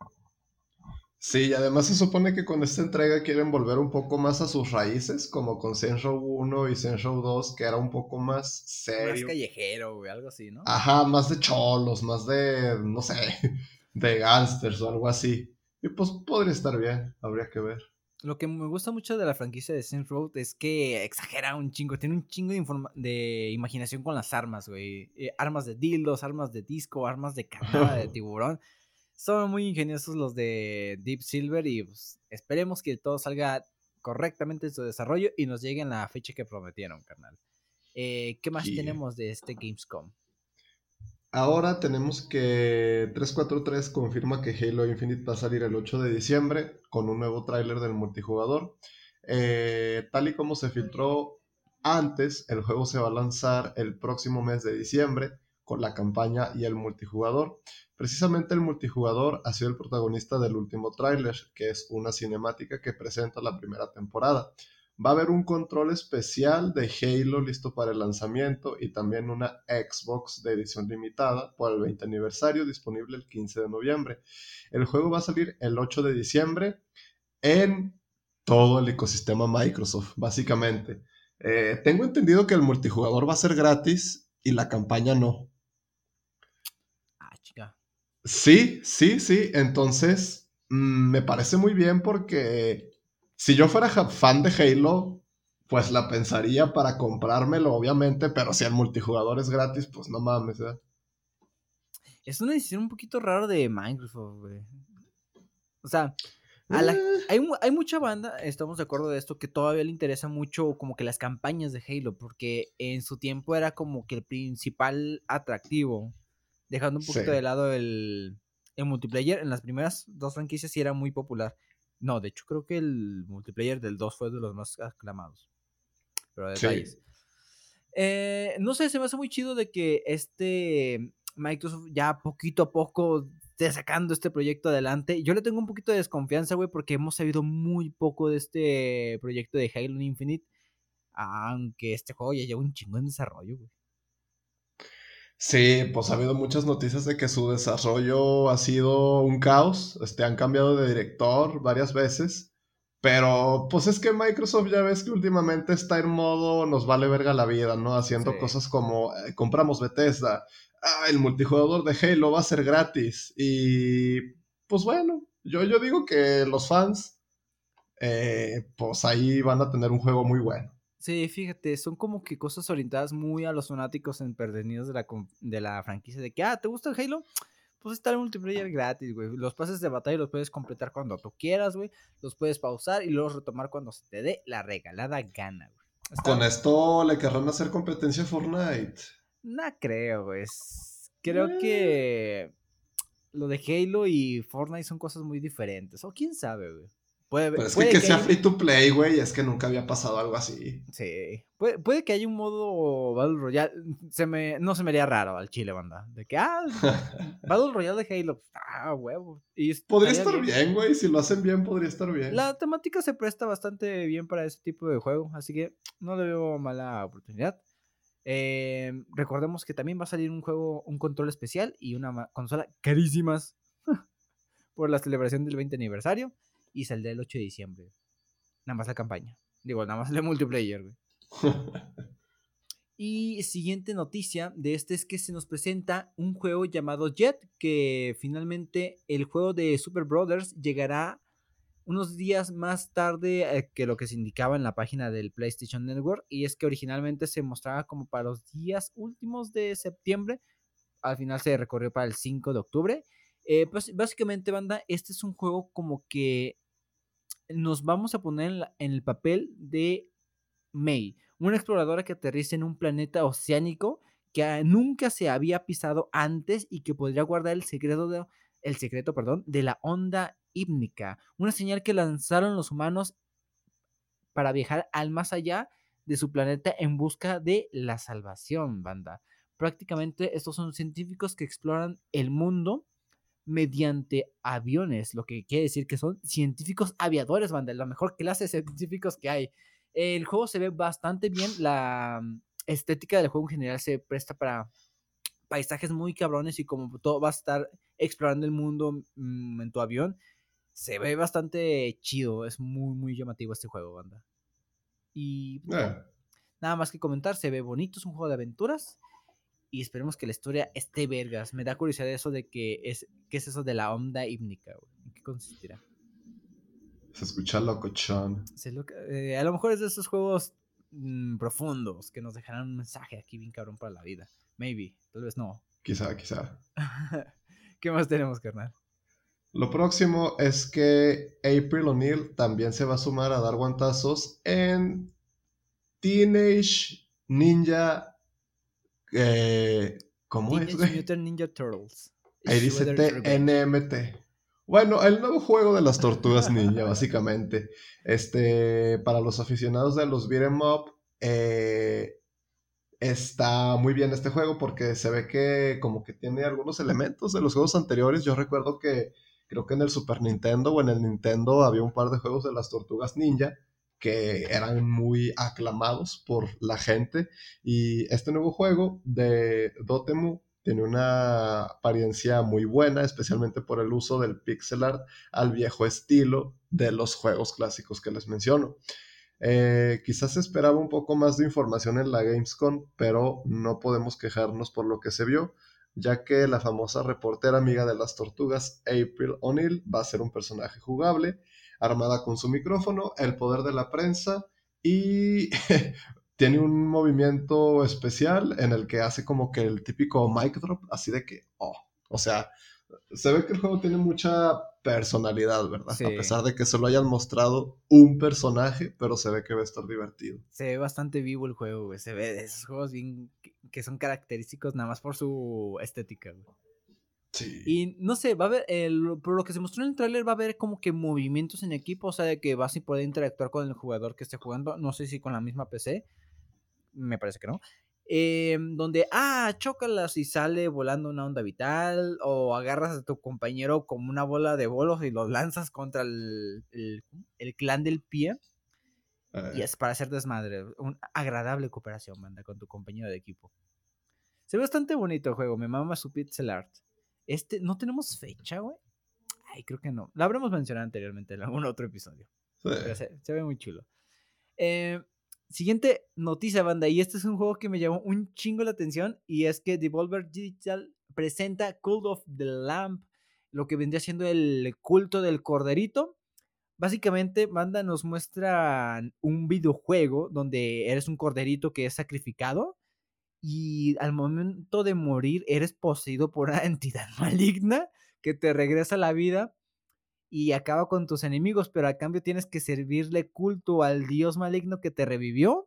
Sí, y además se supone que con esta entrega quieren volver un poco más a sus raíces, como con Saints Row 1 y Saints Row 2, que era un poco más Más serio. callejero, güey, algo así, ¿no? Ajá, más de cholos, más de, no sé, de gángsters o algo así. Y pues podría estar bien, habría que ver. Lo que me gusta mucho de la franquicia de Saints Row es que exagera un chingo, tiene un chingo de imaginación con las armas, güey. Armas de dildos, armas de disco, armas de katana, de tiburón. Son muy ingeniosos los de Deep Silver y pues, esperemos que todo salga correctamente en su desarrollo y nos llegue en la fecha que prometieron, carnal. ¿Qué más Y tenemos de este Gamescom? ahora tenemos que 343 confirma que Halo Infinite va a salir el 8 de diciembre con un nuevo tráiler del multijugador. Tal y como se filtró antes, el juego se va a lanzar el próximo mes de diciembre con la campaña y el multijugador. Precisamente el multijugador ha sido el protagonista del último tráiler, que es una cinemática que presenta la primera temporada. Va a haber un control especial de Halo listo para el lanzamiento y también una Xbox de edición limitada por el 20 aniversario disponible el 15 de noviembre. El juego va a salir el 8 de diciembre en todo el ecosistema Microsoft, básicamente. Tengo entendido que el multijugador va a ser gratis y la campaña no. Ah, chica. Sí, sí, sí. Entonces, me parece muy bien porque si yo fuera fan de Halo, pues la pensaría para comprármelo, obviamente, pero si el multijugador es gratis, pues no mames, ¿eh? Es una decisión un poquito rara de Microsoft, güey. O sea, Eh, hay mucha banda, estamos de acuerdo de esto, que todavía le interesa mucho como que las campañas de Halo, porque en su tiempo era como que el principal atractivo, dejando un sí, poquito de lado el multiplayer. En las primeras dos franquicias sí era muy popular. No, de hecho creo que el multiplayer del 2 fue de los más aclamados, pero sí. detalles. No sé, se me hace muy chido de que Microsoft ya poquito a poco esté sacando este proyecto adelante. Yo le tengo un poquito de desconfianza, güey, porque hemos sabido muy poco de este proyecto de Halo Infinite, aunque este juego ya lleva un chingo en desarrollo, güey. Sí, pues ha habido muchas noticias de que su desarrollo ha sido un caos. Han cambiado de director varias veces. Pero pues es que Microsoft ya ves que últimamente está en modo nos vale verga la vida, ¿no? Sí. Haciendo cosas como compramos Bethesda, el multijugador de Halo va a ser gratis. Y pues bueno, yo digo que los fans pues ahí van a tener un juego muy bueno. Sí, fíjate, son como que cosas orientadas muy a los fanáticos empedernidos de la franquicia, de que, ¿te gusta el Halo? Pues está el multiplayer gratis, güey. Los pases de batalla los puedes completar cuando tú quieras, güey. Los puedes pausar y luego retomar cuando se te dé la regalada gana, güey. Con Está, esto le querrán hacer competencia a Fortnite. no creo, güey. Creo Eh, que lo de Halo y Fortnite son cosas muy diferentes. O quién sabe, güey. Puede, Pero es puede que que sea haya free to play, güey, es que nunca había pasado algo así. Sí, puede que haya un modo Battle Royale. No se me haría raro al chile, banda. De que, Battle Royale de Halo. Huevo. Y Podría estaría estar bien. bien, güey, si lo hacen bien, podría estar bien. La temática se presta bastante bien para ese tipo de juego. Así que no le veo mala oportunidad. Recordemos que también va a salir un juego, un control especial y una consola carísimas por la celebración del 20 aniversario. Y saldrá el 8 de diciembre. Nada más la campaña. Digo, nada más el multiplayer, güey. Y siguiente noticia de este es que se nos presenta un juego llamado Jet, que finalmente el juego de Super Brothers llegará unos días más tarde que lo que se indicaba en la página del PlayStation Network, y es que originalmente se mostraba como para los días últimos de septiembre, al final se recorrió para el 5 de octubre. Pues básicamente, banda, este es un juego como que nos vamos a poner en el papel de May, una exploradora que aterriza en un planeta oceánico que nunca se había pisado antes y que podría guardar el secreto, perdón, de la onda hípnica, una señal que lanzaron los humanos para viajar al más allá de su planeta en busca de la salvación, banda. Prácticamente estos son científicos que exploran el mundo mediante aviones, lo que quiere decir que son científicos aviadores, banda, la mejor clase de científicos que hay. El juego se ve bastante bien, la estética del juego en general se presta para paisajes muy cabrones y como todo va a estar explorando el mundo en tu avión, se ve bastante chido, es muy, muy llamativo este juego, banda. Y Eh, nada más que comentar, se ve bonito, es un juego de aventuras y esperemos que la historia esté vergas. Me da curiosidad eso de qué es eso de la onda hípnica, güey. ¿En qué consistirá? Se escucha locochón. A lo mejor es de esos juegos profundos que nos dejarán un mensaje aquí bien cabrón para la vida. Maybe, tal vez no. Quizá, quizá. ¿Qué más tenemos, carnal? Lo próximo es que April O'Neil también se va a sumar a dar guantazos en Teenage Ninja. ¿Cómo es, Teenage güey? Mutant Ninja Turtles. Ahí dice Shredder's Revenge. TNMT. Bueno, el nuevo juego de las tortugas ninja, básicamente. Para los aficionados de los beat 'em up, está muy bien este juego porque se ve que como que tiene algunos elementos de los juegos anteriores. Yo recuerdo que creo que en el Super Nintendo o en el Nintendo había un par de juegos de las tortugas ninja que eran muy aclamados por la gente. Y este nuevo juego de Dotemu tiene una apariencia muy buena, especialmente por el uso del pixel art al viejo estilo de los juegos clásicos que les menciono. Quizás se esperaba un poco más de información en la Gamescom, pero no podemos quejarnos por lo que se vio, ya que la famosa reportera amiga de las tortugas, April O'Neil, va a ser un personaje jugable, armada con su micrófono, el poder de la prensa y tiene un movimiento especial en el que hace como que el típico mic drop, así de que, oh, o sea, se ve que el juego tiene mucha personalidad, ¿verdad? A Sí. pesar de que solo hayan mostrado un personaje, pero se ve que va a estar divertido. Se ve bastante vivo el juego, güey. Se ve de esos juegos bien que son característicos nada más por su estética, güey. Sí. Y no sé, va a haber, por lo que se mostró en el tráiler, va a haber como que movimientos en equipo, o sea, de que vas a poder interactuar con el jugador que esté jugando, no sé si con la misma PC, me parece que no. Donde, chócalas y sale volando una onda vital, o agarras a tu compañero como una bola de bolos y los lanzas contra el clan del pie, y Eh, es para hacer desmadre, una agradable cooperación, manda, con tu compañero de equipo. Se ve bastante bonito el juego, me mama su pixel art. ¿No tenemos fecha, güey? Ay, creo que no. Lo habremos mencionado anteriormente en algún otro episodio. sí. Pero se ve muy chulo. Eh, Siguiente noticia, banda. Y este es un juego que me llamó un chingo la atención. Y es que Devolver Digital presenta Cult of the Lamb. Lo que vendría siendo el culto del corderito. Básicamente, banda, nos muestra un videojuego donde eres un corderito que es sacrificado. Y al momento de morir, eres poseído por una entidad maligna que te regresa a la vida y acaba con tus enemigos, pero a cambio tienes que servirle culto al dios maligno que te revivió.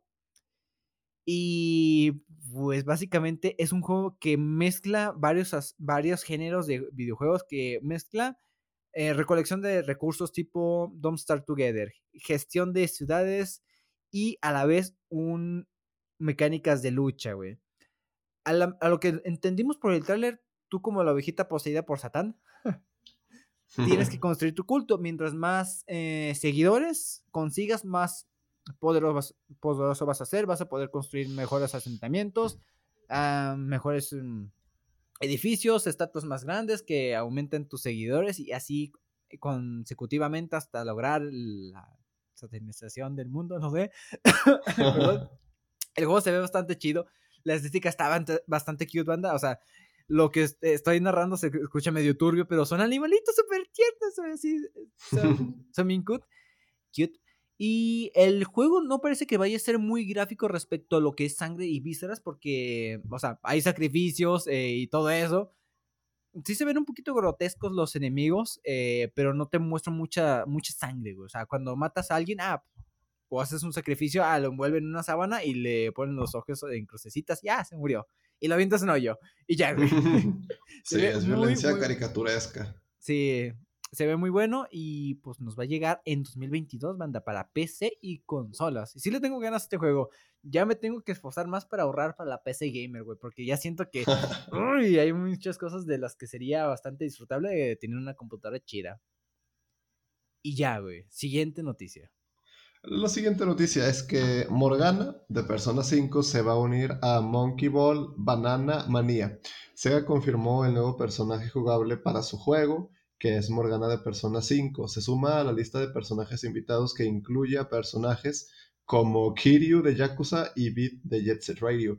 Y pues básicamente es un juego que mezcla varios géneros de videojuegos, que mezcla recolección de recursos tipo Don't Start Together, gestión de ciudades y a la vez mecánicas de lucha, güey. A lo que entendimos por el tráiler, tú como la ovejita poseída por Satán, tienes que construir tu culto. Mientras más seguidores consigas, más poderoso vas a ser. Vas a poder construir mejores asentamientos, mejores edificios, estatuas más grandes que aumenten tus seguidores y así consecutivamente hasta lograr la satanización del mundo, no sé. Perdón. El juego se ve bastante chido. La estética está bastante cute, banda. O sea, lo que estoy narrando se escucha medio turbio, pero son animalitos súper tiernos, así, son bien cute. Y el juego no parece que vaya a ser muy gráfico respecto a lo que es sangre y vísceras, porque, o sea, hay sacrificios y todo eso. Sí se ven un poquito grotescos los enemigos, pero no te muestran mucha sangre, güey. O sea, cuando matas a alguien, o haces un sacrificio, lo envuelven en una sábana y le ponen los ojos en crucecitas, ya se murió. Y lo avientas en hoyo. Y ya, güey. Se Sí, ve es muy, violencia muy. caricaturesca. Sí, se ve muy bueno y pues nos va a llegar en 2022, banda, para PC y consolas. Y sí le tengo ganas a este juego. Ya me tengo que esforzar más para ahorrar para la PC gamer, güey, porque ya siento que uy, hay muchas cosas de las que sería bastante disfrutable tener una computadora chida. Y ya, güey. Siguiente noticia. La siguiente noticia es que Morgana de Persona 5 se va a unir a Monkey Ball Banana Mania. Sega confirmó el nuevo personaje jugable para su juego, que es Morgana de Persona 5. Se suma a la lista de personajes invitados que incluye a personajes como Kiryu de Yakuza y Beat de Jet Set Radio.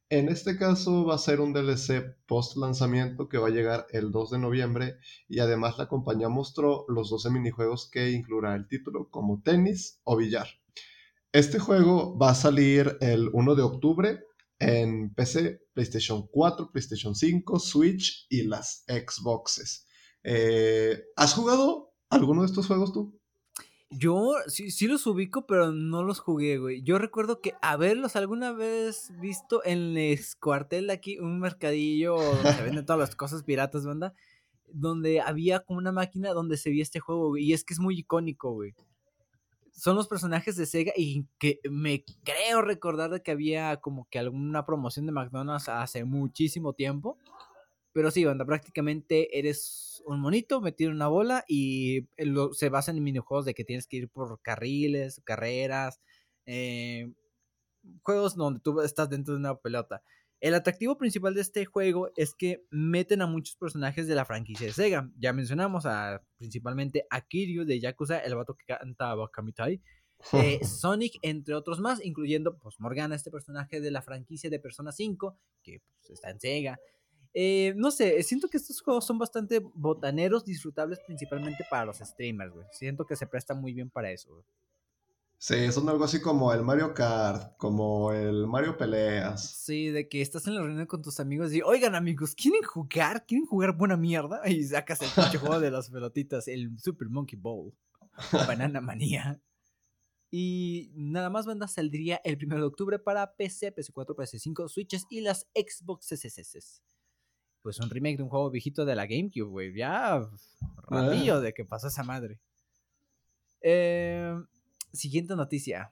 En este caso va a ser un DLC post lanzamiento que va a llegar el 2 de noviembre y además la compañía mostró los 12 minijuegos que incluirá el título como tenis o billar. Este juego va a salir el 1 de octubre en PC, PlayStation 4, PlayStation 5, Switch y las Xboxes. ¿Has jugado alguno de estos juegos tú? Yo sí los ubico, pero no los jugué, güey. Yo recuerdo que haberlos alguna vez visto en el cuartel de aquí, un mercadillo donde se venden todas las cosas piratas, banda, donde había como una máquina donde se veía este juego, güey. Y es que es muy icónico, güey. Son los personajes de Sega y que me creo recordar de que había como que alguna promoción de McDonald's hace muchísimo tiempo. Pero sí, banda, prácticamente eres un monito metido en una bola y se basa en minijuegos de que tienes que ir por carriles, carreras, eh, juegos donde tú estás dentro de una pelota. El atractivo principal de este juego es que meten a muchos personajes de la franquicia de Sega. Ya mencionamos principalmente a Kiryu de Yakuza, el vato que canta Wakamitai. Sonic, entre otros más, incluyendo pues, Morgana, este personaje de la franquicia de Persona 5, que pues, está en Sega. No sé, siento que estos juegos son bastante botaneros, disfrutables principalmente para los streamers, güey. Siento que se presta muy bien para eso, güey. Sí, son algo así como el Mario Kart, como el Mario Peleas. Sí, de que estás en la reunión con tus amigos y, oigan amigos, ¿quieren jugar? ¿Quieren jugar buena mierda? Y sacas el pinche juego de las pelotitas, el Super Monkey Ball o Banana Manía. Y nada más, banda, saldría el 1 de octubre para PC, PS4, PS5, Switches y las Xbox SSS. Pues un remake de un juego viejito de la GameCube, güey. Ya ratillo de que pasó esa madre. Eh, Siguiente noticia.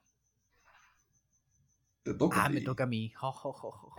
Te toca a Me ti. toca a mí. Jo, jo, jo, jo.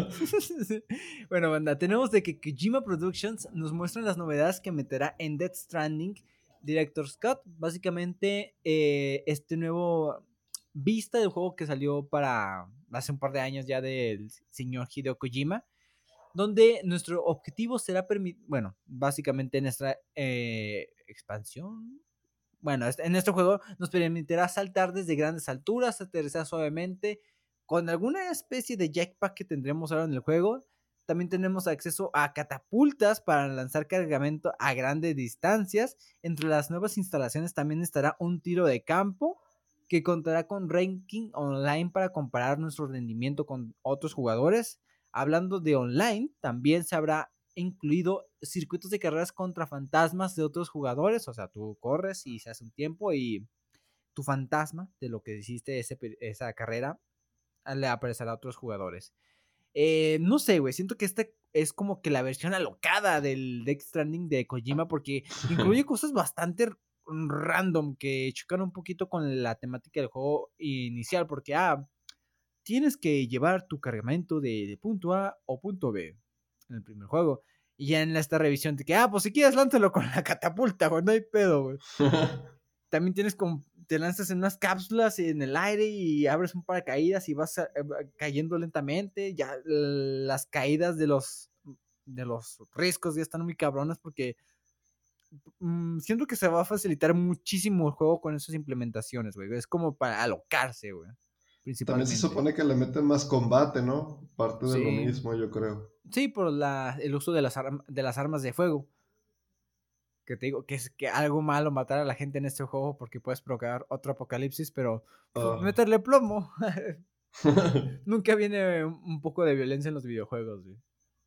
Bueno, banda, tenemos de que Kojima Productions nos muestra las novedades que meterá en Death Stranding Director's Cut. Básicamente, este nuevo vista del juego que salió para hace un par de años ya del señor Hideo Kojima, donde nuestro objetivo será bueno, básicamente nuestra expansión. Bueno, en este juego nos permitirá saltar desde grandes alturas, aterrizar suavemente, con alguna especie de jetpack que tendremos ahora en el juego. También tenemos acceso a catapultas para lanzar cargamento a grandes distancias. Entre las nuevas instalaciones también estará un tiro de campo que contará con ranking online para comparar nuestro rendimiento con otros jugadores. Hablando de online, también se habrá incluido circuitos de carreras contra fantasmas de otros jugadores. O sea, tú corres y se hace un tiempo y tu fantasma de lo que hiciste esa carrera le aparecerá a otros jugadores. No sé, güey, siento que esta es como que la versión alocada del Death Stranding de Kojima porque incluye cosas bastante random que chocan un poquito con la temática del juego inicial porque, tienes que llevar tu cargamento de punto A o punto B en el primer juego. Y ya en esta revisión de que, pues si quieres, lánzalo con la catapulta, güey, no hay pedo, güey. También tienes como, te lanzas en unas cápsulas en el aire y abres un paracaídas y vas cayendo lentamente. Ya las caídas de los riscos ya están muy cabronas porque siento que se va a facilitar muchísimo el juego con esas implementaciones, güey. Es como para alocarse, güey, También se principalmente. supone que le meten más combate, ¿no? Parte de lo Sí, mismo, yo creo. sí, por el uso de de las armas de fuego. Que te digo que es que algo malo matar a la gente en este juego porque puedes provocar otro apocalipsis, pero pues, Ah. meterle plomo. Nunca viene un poco de violencia en los videojuegos, güey.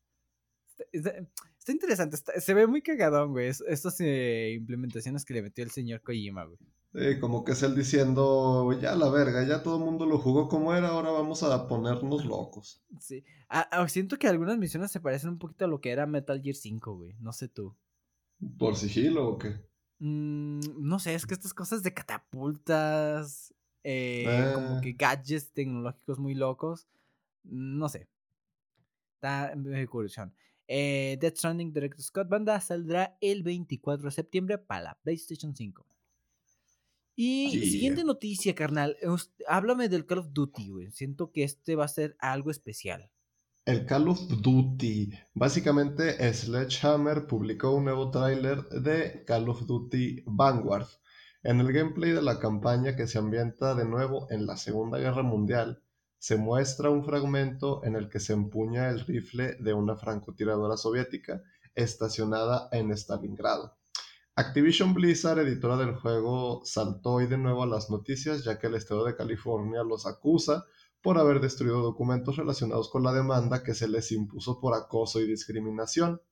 Está interesante, se ve muy cagadón, güey. Estas implementaciones que le metió el señor Kojima, güey. Como que es él diciendo, ya la verga, ya todo el mundo lo jugó como era, ahora vamos a ponernos locos. Sí. Siento que algunas misiones se parecen un poquito a lo que era Metal Gear 5, güey. No sé tú. ¿Por sigilo o qué? No sé, es que estas cosas de catapultas, como Eh, que gadgets tecnológicos muy locos, no sé, está muy curioso. Death Stranding Director's Scott Banda saldrá el 24 de septiembre para la PlayStation 5. Y yeah. siguiente noticia, carnal. Háblame del Call of Duty, güey. Siento que este va a ser algo especial. El Call of Duty. Básicamente, Sledgehammer publicó un nuevo tráiler de Call of Duty Vanguard. En el gameplay de la campaña que se ambienta de nuevo en la Segunda Guerra Mundial, se muestra un fragmento en el que se empuña el rifle de una francotiradora soviética estacionada en Stalingrado. Activision Blizzard, editora del juego, saltó hoy de nuevo a las noticias ya que el estado de California los acusa por haber destruido documentos relacionados con la demanda que se les impuso por acoso y discriminación.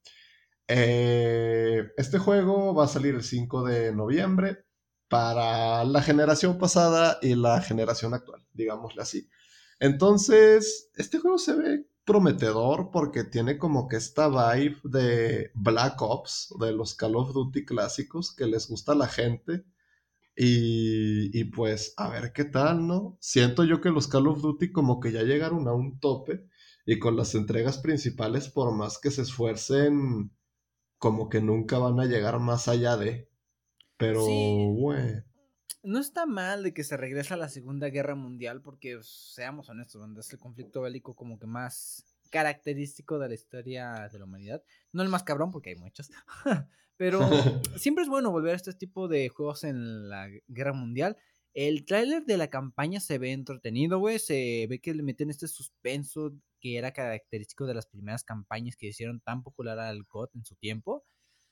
Este juego va a salir el 5 de noviembre para la generación pasada y la generación actual, digámosle así. Entonces, este juego se ve prometedor porque tiene como que esta vibe de Black Ops, de los Call of Duty clásicos que les gusta a la gente. Y pues a ver qué tal, ¿no? Siento yo que los Call of Duty como que ya llegaron a un tope y con las entregas principales, por más que se esfuercen, como que nunca van a llegar más allá de. Pero, Sí, bueno. no está mal de que se regrese a la Segunda Guerra Mundial porque, seamos honestos, donde es el conflicto bélico como que más característico de la historia de la humanidad. No el más cabrón porque hay muchos. Pero siempre es bueno volver a este tipo de juegos en la Guerra Mundial. El tráiler de la campaña se ve entretenido, güey. Se ve que le meten este suspenso que era característico de las primeras campañas que hicieron tan popular al COD en su tiempo.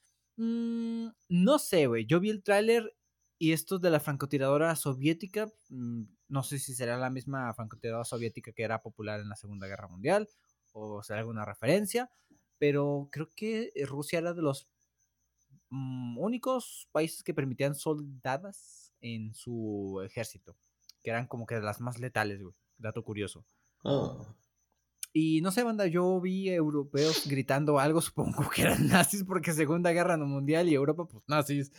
No sé, güey. Yo vi el tráiler y esto de la francotiradora soviética, no sé si será la misma francotiradora soviética que era popular en la Segunda Guerra Mundial o será alguna referencia, pero creo que Rusia era de los únicos países que permitían soldadas en su ejército, que eran como que de las más letales, güey. Dato curioso. Ah. Y no sé, banda, yo vi europeos gritando algo, supongo que eran nazis, porque Segunda Guerra Mundial y Europa, pues nazis.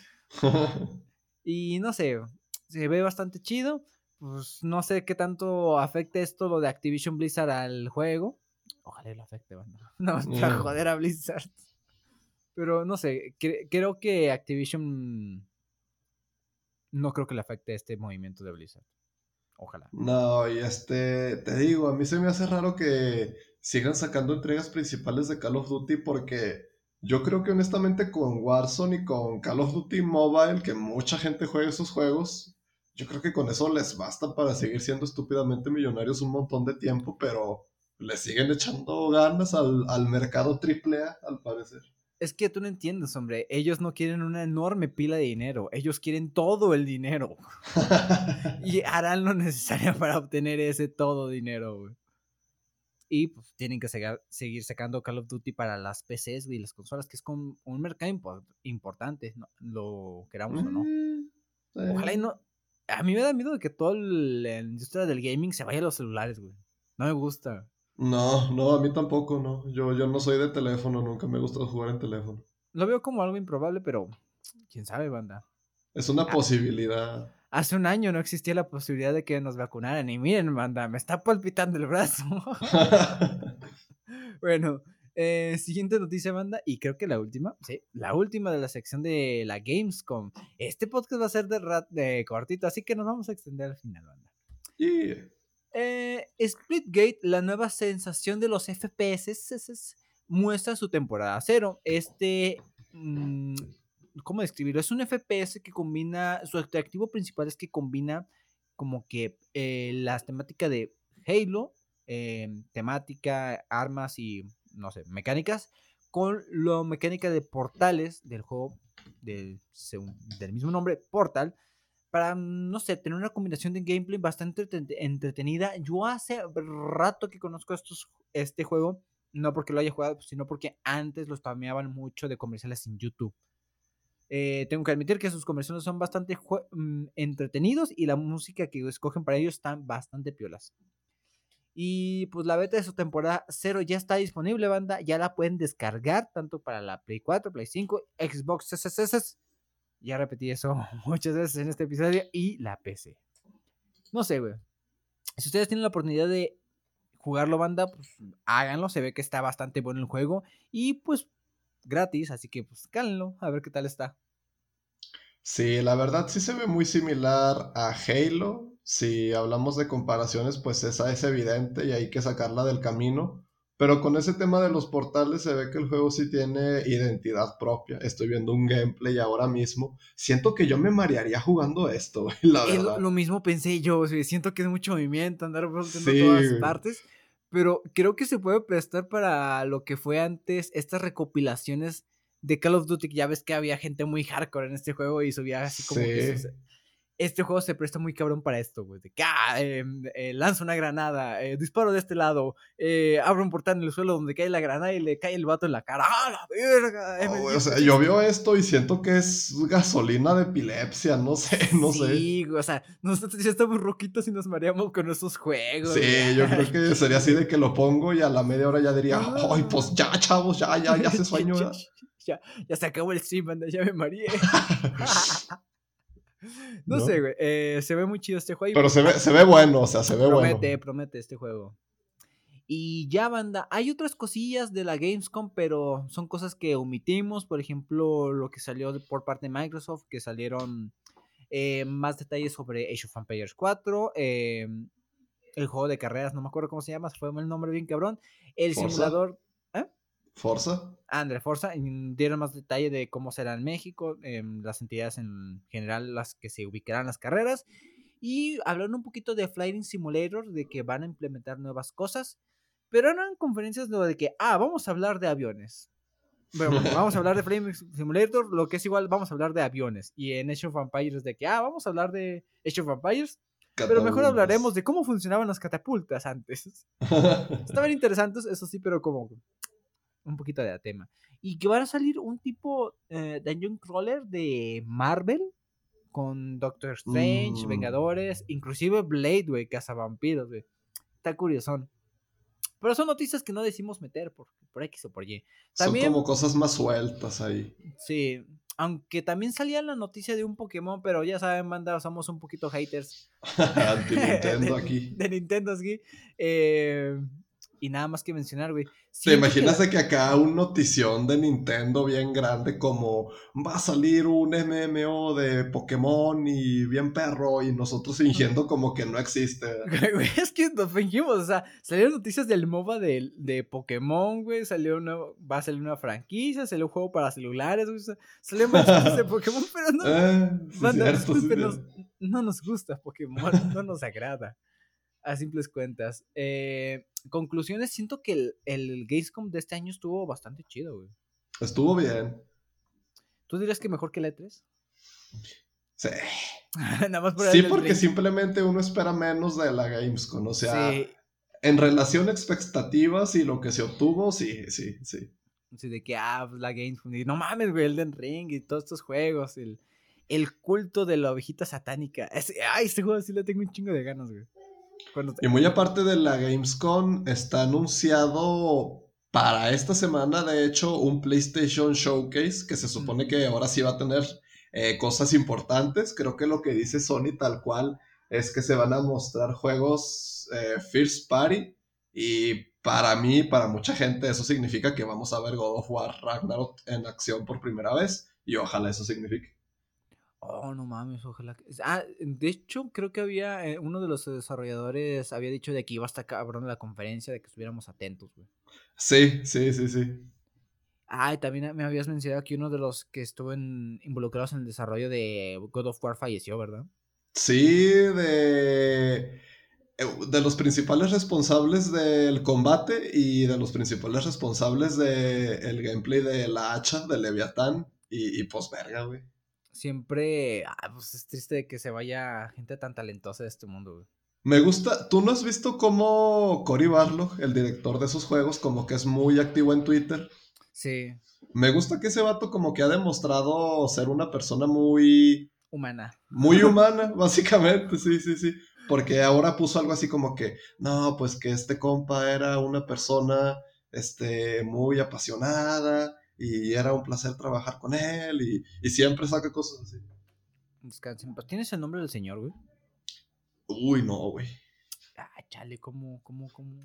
Y no sé, se ve bastante chido. Pues no sé qué tanto afecte esto lo de Activision Blizzard al juego. Ojalá lo afecte, banda. No, para Mm. joder a Blizzard. Pero no sé, creo que Activision no creo que le afecte este movimiento de Blizzard. Ojalá. No, y te digo, a mí se me hace raro que sigan sacando entregas principales de Call of Duty porque yo creo que honestamente con Warzone y con Call of Duty Mobile, que mucha gente juega esos juegos, yo creo que con eso les basta para seguir siendo estúpidamente millonarios un montón de tiempo, pero le siguen echando ganas al mercado triple A, al parecer. Es que tú no entiendes, hombre. Ellos no quieren una enorme pila de dinero. Ellos quieren todo el dinero. Y harán lo necesario para obtener ese todo dinero, güey. Y pues tienen que seguir sacando Call of Duty para las PCs y las consolas, que es con un mercado importante, ¿no? Lo queramos o no. Ojalá y Sí. no. A mí me da miedo de que toda la industria del gaming se vaya a los celulares, güey. No me gusta. No, no, a mí tampoco, no. Yo no soy de teléfono, nunca me gusta jugar en teléfono. Lo veo como algo improbable, pero quién sabe, banda. Es una Ah, posibilidad. hace un año no existía la posibilidad de que nos vacunaran. Y miren, banda, me está palpitando el brazo. Bueno, siguiente noticia, banda, y creo que la última, sí, la última de la sección de la Gamescom. Este podcast va a ser de cortito, así que nos vamos a extender al final, banda. Yeah. Splitgate, la nueva sensación de los FPS, muestra su temporada cero. ¿Cómo describirlo? Es un FPS que combina, su atractivo principal es que combina como que las temáticas de Halo, temática, armas y, no sé, mecánicas, con la mecánica de portales del juego del mismo nombre, Portal, para, no sé, tener una combinación de gameplay bastante entretenida. Yo hace rato que conozco este juego, no porque lo haya jugado, sino porque antes lo spameaban mucho de comerciales en YouTube. Tengo que admitir que sus comerciales son bastante entretenidos y la música que escogen para ellos están bastante piolas. Y pues la beta de su temporada 0 ya está disponible, banda. Ya la pueden descargar tanto para la Play 4, Play 5, Xbox SSS. Ya repetí eso muchas veces en este episodio. Y la PC. No sé, güey. Si ustedes tienen la oportunidad de jugarlo, banda, pues háganlo. Se ve que está bastante bueno el juego. Y pues gratis, así que pues cálenlo, a ver qué tal está. Sí, la verdad sí se ve muy similar a Halo. Si hablamos de comparaciones, pues esa es evidente y hay que sacarla del camino. Pero con ese tema de los portales se ve que el juego sí tiene identidad propia. Estoy viendo un gameplay ahora mismo. Siento que yo me marearía jugando esto, güey, la verdad. Lo mismo pensé yo, o sea, siento que es mucho movimiento, andar volteando a Sí, todas güey. partes, pero creo que se puede prestar para lo que fue antes estas recopilaciones de Call of Duty, que ya ves que había gente muy hardcore en este juego y subía así como que sus... Sí. Este juego se presta muy cabrón para esto, güey, de que lanza una granada, disparo de este lado, abro un portal en el suelo donde cae la granada y le cae el vato en la cara, ¡ah, la verga! Oh, güey, o sea, yo M16. veo esto y siento que es gasolina de epilepsia, no sé, no sé. Sí, o sea, nosotros ya estamos roquitos y nos mareamos con esos juegos, güey. Sí, yo creo Ay, que sería así chile. de que lo pongo y a la media hora ya diría, ay, pues Ah. ya, chavos, ya hace Ya, sueño, ya, ¿verdad? ya, ya se acabó el stream, anda, ya me mareé. No sé, ¿No? güey. Se ve muy chido este juego y Pero pues se ve bueno, o sea, se ve bueno. promete este juego. Y ya, banda, hay otras cosillas de la Gamescom, pero son cosas que omitimos. Por ejemplo, lo que salió por parte de Microsoft, que salieron más detalles sobre Age of Empires 4. El juego de carreras, no me acuerdo cómo se llama, fue el nombre bien cabrón. El Forza, simulador. ¿Eh? Forza. Andre Forza, dieron más detalle de cómo será en México, las entidades en general, las que se ubicarán las carreras. Y hablaron un poquito de Flying Simulator, de que van a implementar nuevas cosas. Pero no en conferencias lo de que, vamos a hablar de aviones. Bueno, vamos a hablar de Flying Simulator, lo que es igual, vamos a hablar de aviones. Y en Age of Empires de que, vamos a hablar de Age of Empires, pero mejor hablaremos Catapultas. de cómo funcionaban las catapultas antes. Estaban interesantes, eso sí, pero como un poquito de tema. Y que van a salir un tipo Dungeon Crawler de Marvel con Doctor Strange, Mm, Vengadores, inclusive Blade, güey, cazavampiros, güey. Está curiosón. Pero son noticias que no decimos meter por X o por Y. son como También, cosas más sueltas ahí. sí, aunque también salía la noticia de un Pokémon, pero ya saben, banda, somos un poquito haters Anti-Nintendo aquí. de Nintendo, sí. Eh, y nada más que mencionar, güey. ¿Te Siento que imaginas de que acá un notición de Nintendo bien grande como va a salir un MMO de Pokémon y bien perro y nosotros fingiendo como que no existe? Güey, es que nos fingimos, o sea, salieron noticias del MOBA de Pokémon, güey, va a salir una franquicia, salió un juego para celulares, güey, o sea, salieron varias cosas de Pokémon, pero no, Sí, banda, cierto, sí, discúlpenos, cierto. no nos gusta Pokémon, no nos agrada, a simples cuentas. Conclusiones, siento que el Gamescom de este año estuvo bastante chido, güey. Estuvo bien. ¿Tú dirías que mejor que el E3? Sí. Nada más por Sí, el del porque ranking. simplemente uno espera menos de la Gamescom. O sea, Sí, en relación a expectativas y lo que se obtuvo, sí, sí, sí. así de que, pues la Gamescom, y no mames, güey, Elden Ring y todos estos juegos, el culto de la ovejita satánica. Este juego sí le tengo un chingo de ganas, güey. Cuando, Y muy aparte de la Gamescom, está anunciado para esta semana, de hecho, un PlayStation Showcase que se supone Ujú. que ahora sí va a tener cosas importantes. Creo que lo que dice Sony tal cual es que se van a mostrar juegos First Party y para mí, para mucha gente, eso significa que vamos a ver God of War Ragnarok en acción por primera vez y ojalá eso signifique. Oh, no mames, ojalá. De hecho, creo que había uno de los desarrolladores había dicho de que iba a estar cabrón la conferencia, de que estuviéramos atentos, güey. Sí, sí, sí, sí. Y también me habías mencionado que uno de los que estuvo involucrados en el desarrollo de God of War falleció, ¿verdad? Sí, de los principales responsables del combate y de los principales responsables del gameplay de la hacha de Leviatán y pues verga, güey. Siempre, pues es triste que se vaya gente tan talentosa de este mundo, güey. Me gusta, ¿tú no has visto cómo Cory Barlog, el director de esos juegos, como que es muy activo en Twitter? Sí, Me gusta que ese vato como que ha demostrado ser una persona muy humana. muy humana, básicamente, sí, sí, sí. Porque ahora puso algo así como que, no, pues que este compa era una persona, muy apasionada y era un placer trabajar con él y siempre saca cosas así. Descansen. ¿Tienes el nombre del señor, güey? Uy, no, güey. Chale, ¿cómo?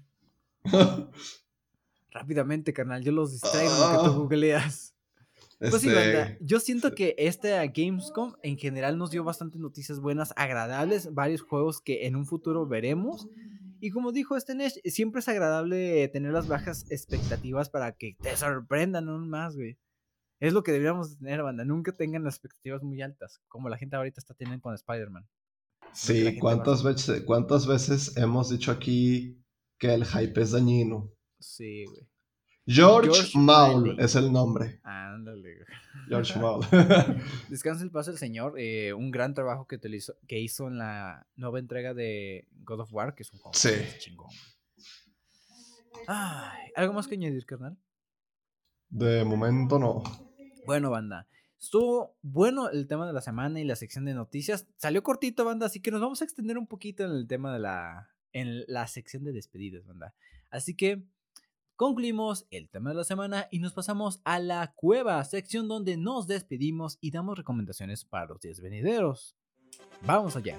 Rápidamente, carnal, yo los distraigo en lo que tú Ah, googleas. Pues sí, banda, yo siento sí. que esta Gamescom en general nos dio bastantes noticias buenas, agradables, varios juegos que en un futuro veremos. Y como dijo Nesh, siempre es agradable tener las bajas expectativas para que te sorprendan aún más, güey. Es lo que deberíamos tener, banda. Nunca tengan las expectativas muy altas, como la gente ahorita está teniendo con Spider-Man. Lo que la Sí, gente va a hacer. cuántas veces hemos dicho aquí que el hype es dañino? Sí, güey. George George Maul Miley. es el nombre. Ándale, güey. George Maul. Descansa el paso el señor. Un gran trabajo que hizo en la nueva entrega de God of War, que es un juego Sí. bastante chingón, güey. Ay, ¿algo más que añadir, carnal? De momento no. Bueno, banda. Estuvo bueno el tema de la semana y la sección de noticias. Salió cortito, banda, así que nos vamos a extender un poquito en el tema en la sección de despedidas, banda. Así que concluimos el tema de la semana y nos pasamos a la cueva, sección donde nos despedimos y damos recomendaciones para los días venideros. Vamos allá.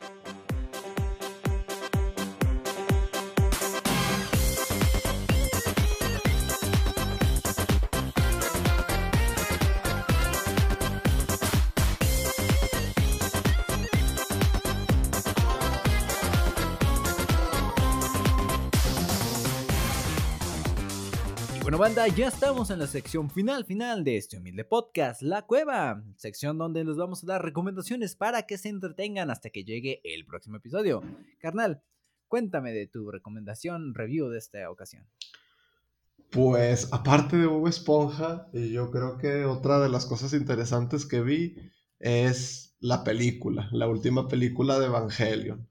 Bueno, banda, ya estamos en la sección final de este humilde podcast, La Cueva, sección donde les vamos a dar recomendaciones para que se entretengan hasta que llegue el próximo episodio. Carnal, cuéntame de tu recomendación review de esta ocasión. Pues aparte de Bob Esponja, yo creo que otra de las cosas interesantes que vi es la película, la última película de Evangelion.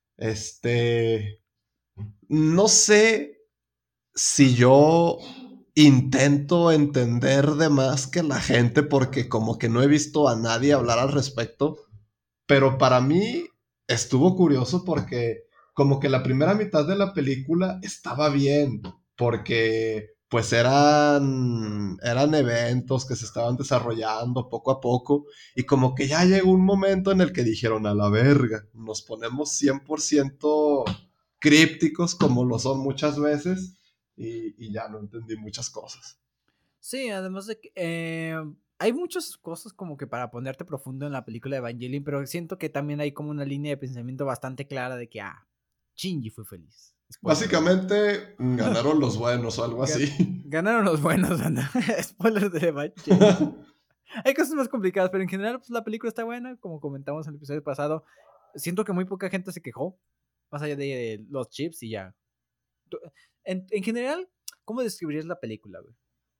No sé si yo intento entender de más que la gente porque como que no he visto a nadie hablar al respecto, pero para mí estuvo curioso porque como que la primera mitad de la película estaba bien, porque pues eran eventos que se estaban desarrollando poco a poco y como que ya llegó un momento en el que dijeron a la verga, nos ponemos 100% crípticos como lo son muchas veces y ya no entendí muchas cosas. Sí, además de que hay muchas cosas como que para ponerte profundo en la película de Evangelion, pero siento que también hay como una línea de pensamiento bastante clara de que, Shinji fue feliz. Spoiler alert. Básicamente ganaron los buenos o algo así. Ganaron los buenos, anda. Spoiler de Evangelion. Hay cosas más complicadas, pero en general, pues la película está buena, como comentamos en el episodio pasado. Siento que muy poca gente se quejó, más allá de los chips y ya. En general, ¿cómo describirías la película, güey?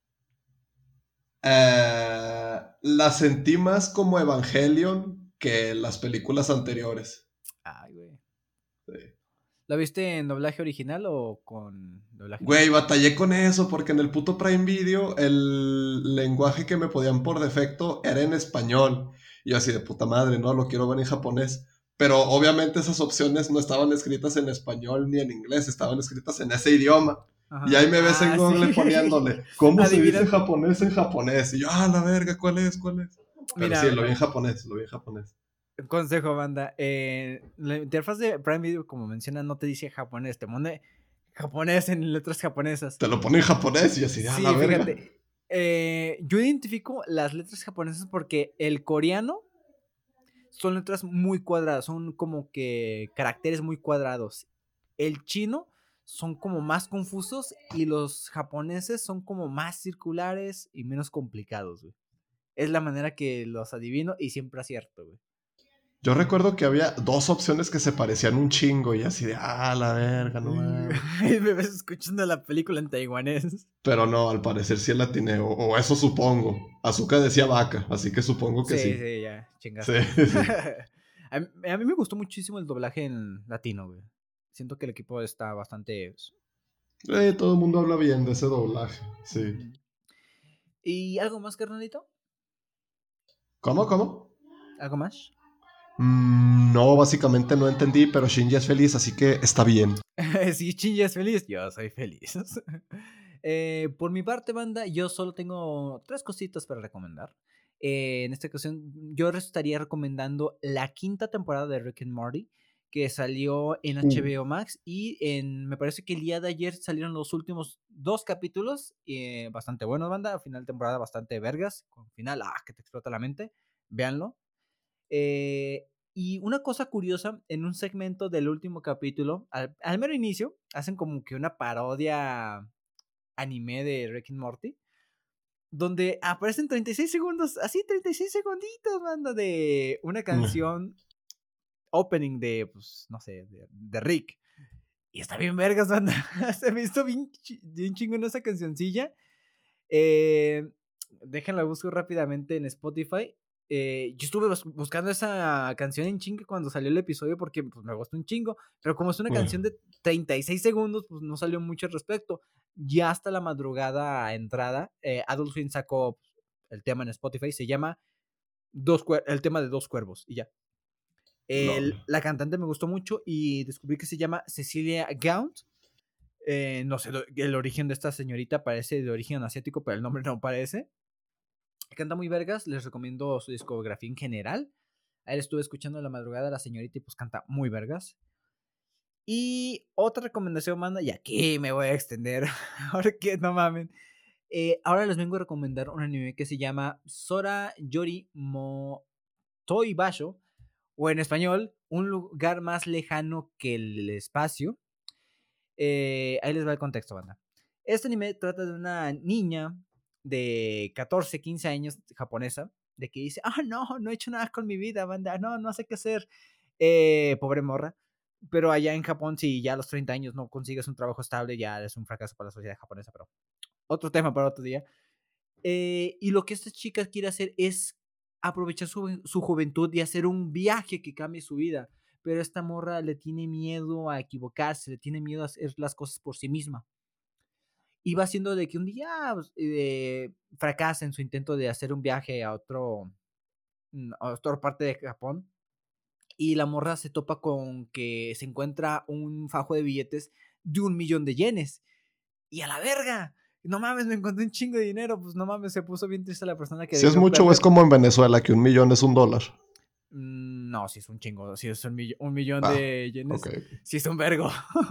La sentí más como Evangelion que las películas anteriores. Ay, güey. Sí. ¿La viste en doblaje original o con doblaje Güey, latino? batallé con eso porque en el puto Prime Video el lenguaje que me podían por defecto era en español. Y yo así de puta madre, no, lo quiero ver en japonés. Pero obviamente esas opciones no estaban escritas en español ni en inglés, estaban escritas en ese idioma. Y Ajá. ahí me ves en Sí. Google poniéndole, ¿cómo se dice Adivinando. japonés en japonés? Y yo, la verga, ¿cuál es? ¿Cuál es? Pero sí, Mira, lo vi en japonés, lo vi en japonés. consejo, banda. La interfaz de Prime Video, como menciona, no te dice japonés, te pone japonés en letras japonesas. Te lo pone en japonés y yo así, la Sí, verga. fíjate. Yo identifico las letras japonesas porque el coreano son letras muy cuadradas, son como que caracteres muy cuadrados. El chino son como más confusos y los japoneses son como más circulares y menos complicados, güey. Es la manera que los adivino y siempre acierto, güey. Yo recuerdo que había dos opciones que se parecían un chingo y así de, la verga, no mames. Me ves escuchando la película en taiwanés. Pero no, al parecer sí la atiné, o eso supongo. Azúcar decía vaca, así que supongo que Sí, sí. sí, ya, Sí, chingaste. sí. A mí me gustó muchísimo el doblaje en latino, güey. Siento que el equipo está bastante... Todo el mundo habla bien de ese doblaje, sí. Ujú. ¿Y algo más, carnalito? ¿Cómo, cómo? ¿Algo más? No, básicamente no entendí, pero Shinji es feliz, así que está bien. Si Shinji es feliz, yo soy feliz. Por mi parte, banda, yo solo tengo 3 cositas para recomendar. En esta ocasión, yo estaría recomendando la 5ª temporada de Rick and Morty, que salió en HBO Max. Y me parece que el día de ayer salieron los últimos 2 capítulos. Bastante buenos, banda. Final de temporada bastante vergas. Con final, que te explota la mente. Véanlo. Y una cosa curiosa, en un segmento del último capítulo, al mero inicio, hacen como que una parodia anime de Rick and Morty, donde aparecen 36 segundos, así 36 segunditos, manda, de una canción opening de, pues, no sé, de Rick. Y está bien vergas, banda. Se me hizo bien chingón esa cancioncilla. Eh, Déjenla busco rápidamente en Spotify. Yo estuve buscando esa canción en chinga cuando salió el episodio porque pues, me gustó un chingo, pero como es una canción de 36 segundos, pues no salió mucho al respecto. Ya hasta la madrugada entrada, Adult Swim sacó el tema en Spotify, se llama el tema de Dos Cuervos, y ya. LOL. La cantante me gustó mucho y descubrí que se llama Cecilia Gaunt. No sé, el origen de esta señorita parece de origen asiático, pero el nombre no parece. Canta muy vergas, les recomiendo su discografía en general. A él estuve escuchando en la madrugada, la señorita, y pues canta muy vergas. Y otra recomendación, manda, y aquí me voy a extender, porque no mamen. Ahora les vengo a recomendar un anime que se llama Sora Yori Motoi Basho, o en español, Un lugar más lejano que el espacio. Ahí les va el contexto, banda. Este anime trata de una niña de 14, 15 años japonesa, de que dice, no, no he hecho nada con mi vida, banda, no, no sé qué hacer. Pobre morra. Pero allá en Japón, si ya a los 30 años no consigues un trabajo estable, ya es un fracaso para la sociedad japonesa, pero otro tema para otro día. Y lo que esta chica quiere hacer es aprovechar su juventud y hacer un viaje que cambie su vida. Pero esta morra le tiene miedo a equivocarse, le tiene miedo a hacer las cosas por sí misma. Y va haciendo de que un día pues, fracasa en su intento de hacer un viaje a otra parte de Japón. Y la morra se topa con que se encuentra un fajo de billetes de 1 millón de yenes. Y a la verga, no mames, me encontré un chingo de dinero. Pues no mames, se puso bien triste la persona que Si es debió mucho o es perder. como en Venezuela, que 1 millón es $1. No, si es un chingo, si es un millón Ah, de ok. yenes, si es un vergo.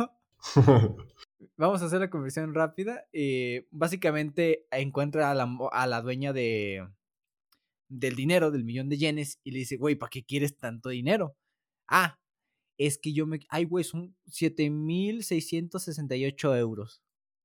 Vamos a hacer la conversión rápida. Básicamente encuentra a la dueña del dinero, del 1 millón de yenes, y le dice, güey, ¿para qué quieres tanto dinero? Ah, es que ay, güey, son 7,668 euros.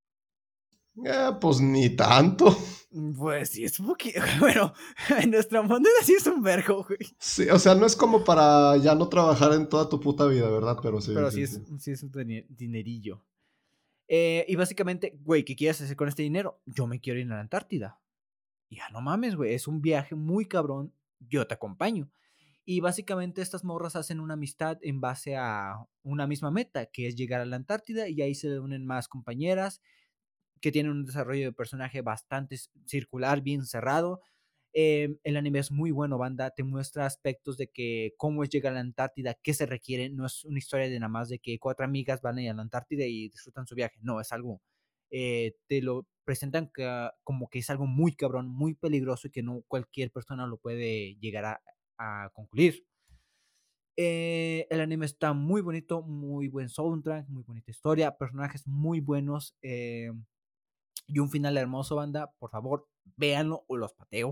Pues ni tanto. Pues sí, es un poquito. Bueno, en nuestra moneda sí es un vergo, güey. Sí, o sea, no es como para ya no trabajar en toda tu puta vida, ¿verdad? Pero sí, Pero sí, sí. sí es un dinerillo. Y básicamente, güey, ¿qué quieres hacer con este dinero? Yo me quiero ir a la Antártida. Ya no mames, güey, es un viaje muy cabrón. Yo te acompaño. Y básicamente estas morras hacen una amistad en base a una misma meta, que es llegar a la Antártida, y ahí se unen más compañeras que tienen un desarrollo de personaje bastante circular, bien cerrado. El anime es muy bueno, banda, te muestra aspectos de que cómo es llegar a la Antártida, qué se requiere, no es una historia de nada más de que 4 amigas van a ir a la Antártida y disfrutan su viaje, no, es algo, te lo presentan como que es algo muy cabrón, muy peligroso y que no cualquier persona lo puede llegar a concluir. El anime está muy bonito, muy buen soundtrack, muy bonita historia, personajes muy buenos, y un final hermoso, banda. Por favor, véanlo o los pateo.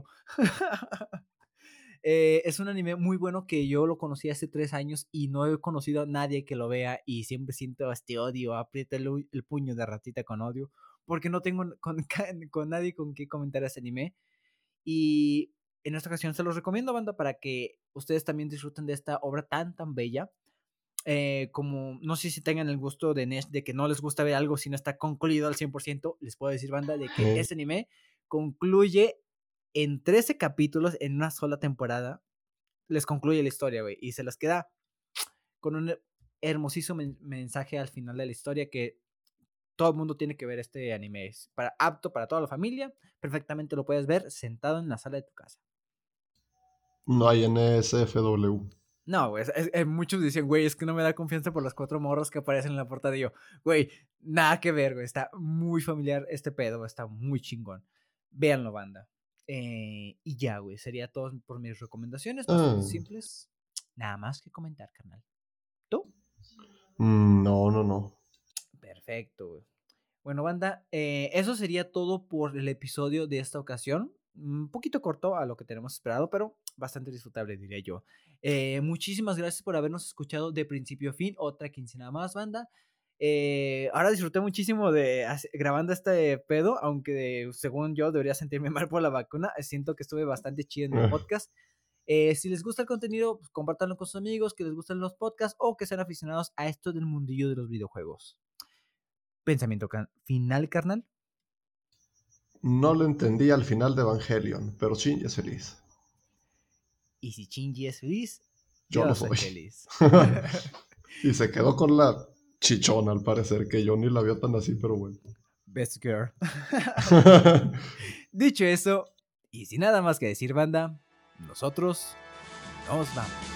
Es un anime muy bueno que yo lo conocí hace 3 años y no he conocido a nadie que lo vea y siempre siento este odio, aprieta el puño de ratita con odio porque no tengo con nadie con qué comentar ese anime. Y en esta ocasión se los recomiendo, banda, para que ustedes también disfruten de esta obra tan bella. Como no sé si tengan el gusto de que no les gusta ver algo si no está concluido al 100%, les puedo decir, banda, de que ese anime concluye en 13 capítulos en una sola temporada. Les concluye la historia, güey, y se las queda con un hermosísimo mensaje al final de la historia que todo el mundo tiene que ver este anime. Es apto para toda la familia. Perfectamente lo puedes ver sentado en la sala de tu casa. No hay NSFW. No, güey, muchos dicen, güey, es que no me da confianza por las 4 morros que aparecen en la portada. Y yo, güey, nada que ver, güey, está muy familiar este pedo, está muy chingón. Véanlo, banda. Y ya, güey, sería todo por mis recomendaciones, bastante Ah, simples. Nada más que comentar, carnal. ¿Tú? no, no, no. Perfecto, güey. Bueno, banda, eso sería todo por el episodio de esta ocasión. un poquito corto a lo que tenemos esperado, pero bastante disfrutable, diría yo. Muchísimas gracias por habernos escuchado de principio a fin, otra quincena más, banda. Ahora disfruté muchísimo de grabando este pedo, aunque según yo debería sentirme mal por la vacuna. Siento que estuve bastante chido en el podcast. Si les gusta el contenido, pues, compártanlo con sus amigos, que les gustan los podcasts o que sean aficionados a esto del mundillo de los videojuegos. Pensamiento final, carnal. No lo entendí al final de Evangelion, pero Shinji es feliz. Y si Shinji es feliz, Yo yo lo soy soy. feliz. Y se quedó con la chichona, al parecer, que yo ni la veo tan así, pero bueno. Best girl. Dicho eso, y sin nada más que decir, banda, nosotros nos vamos.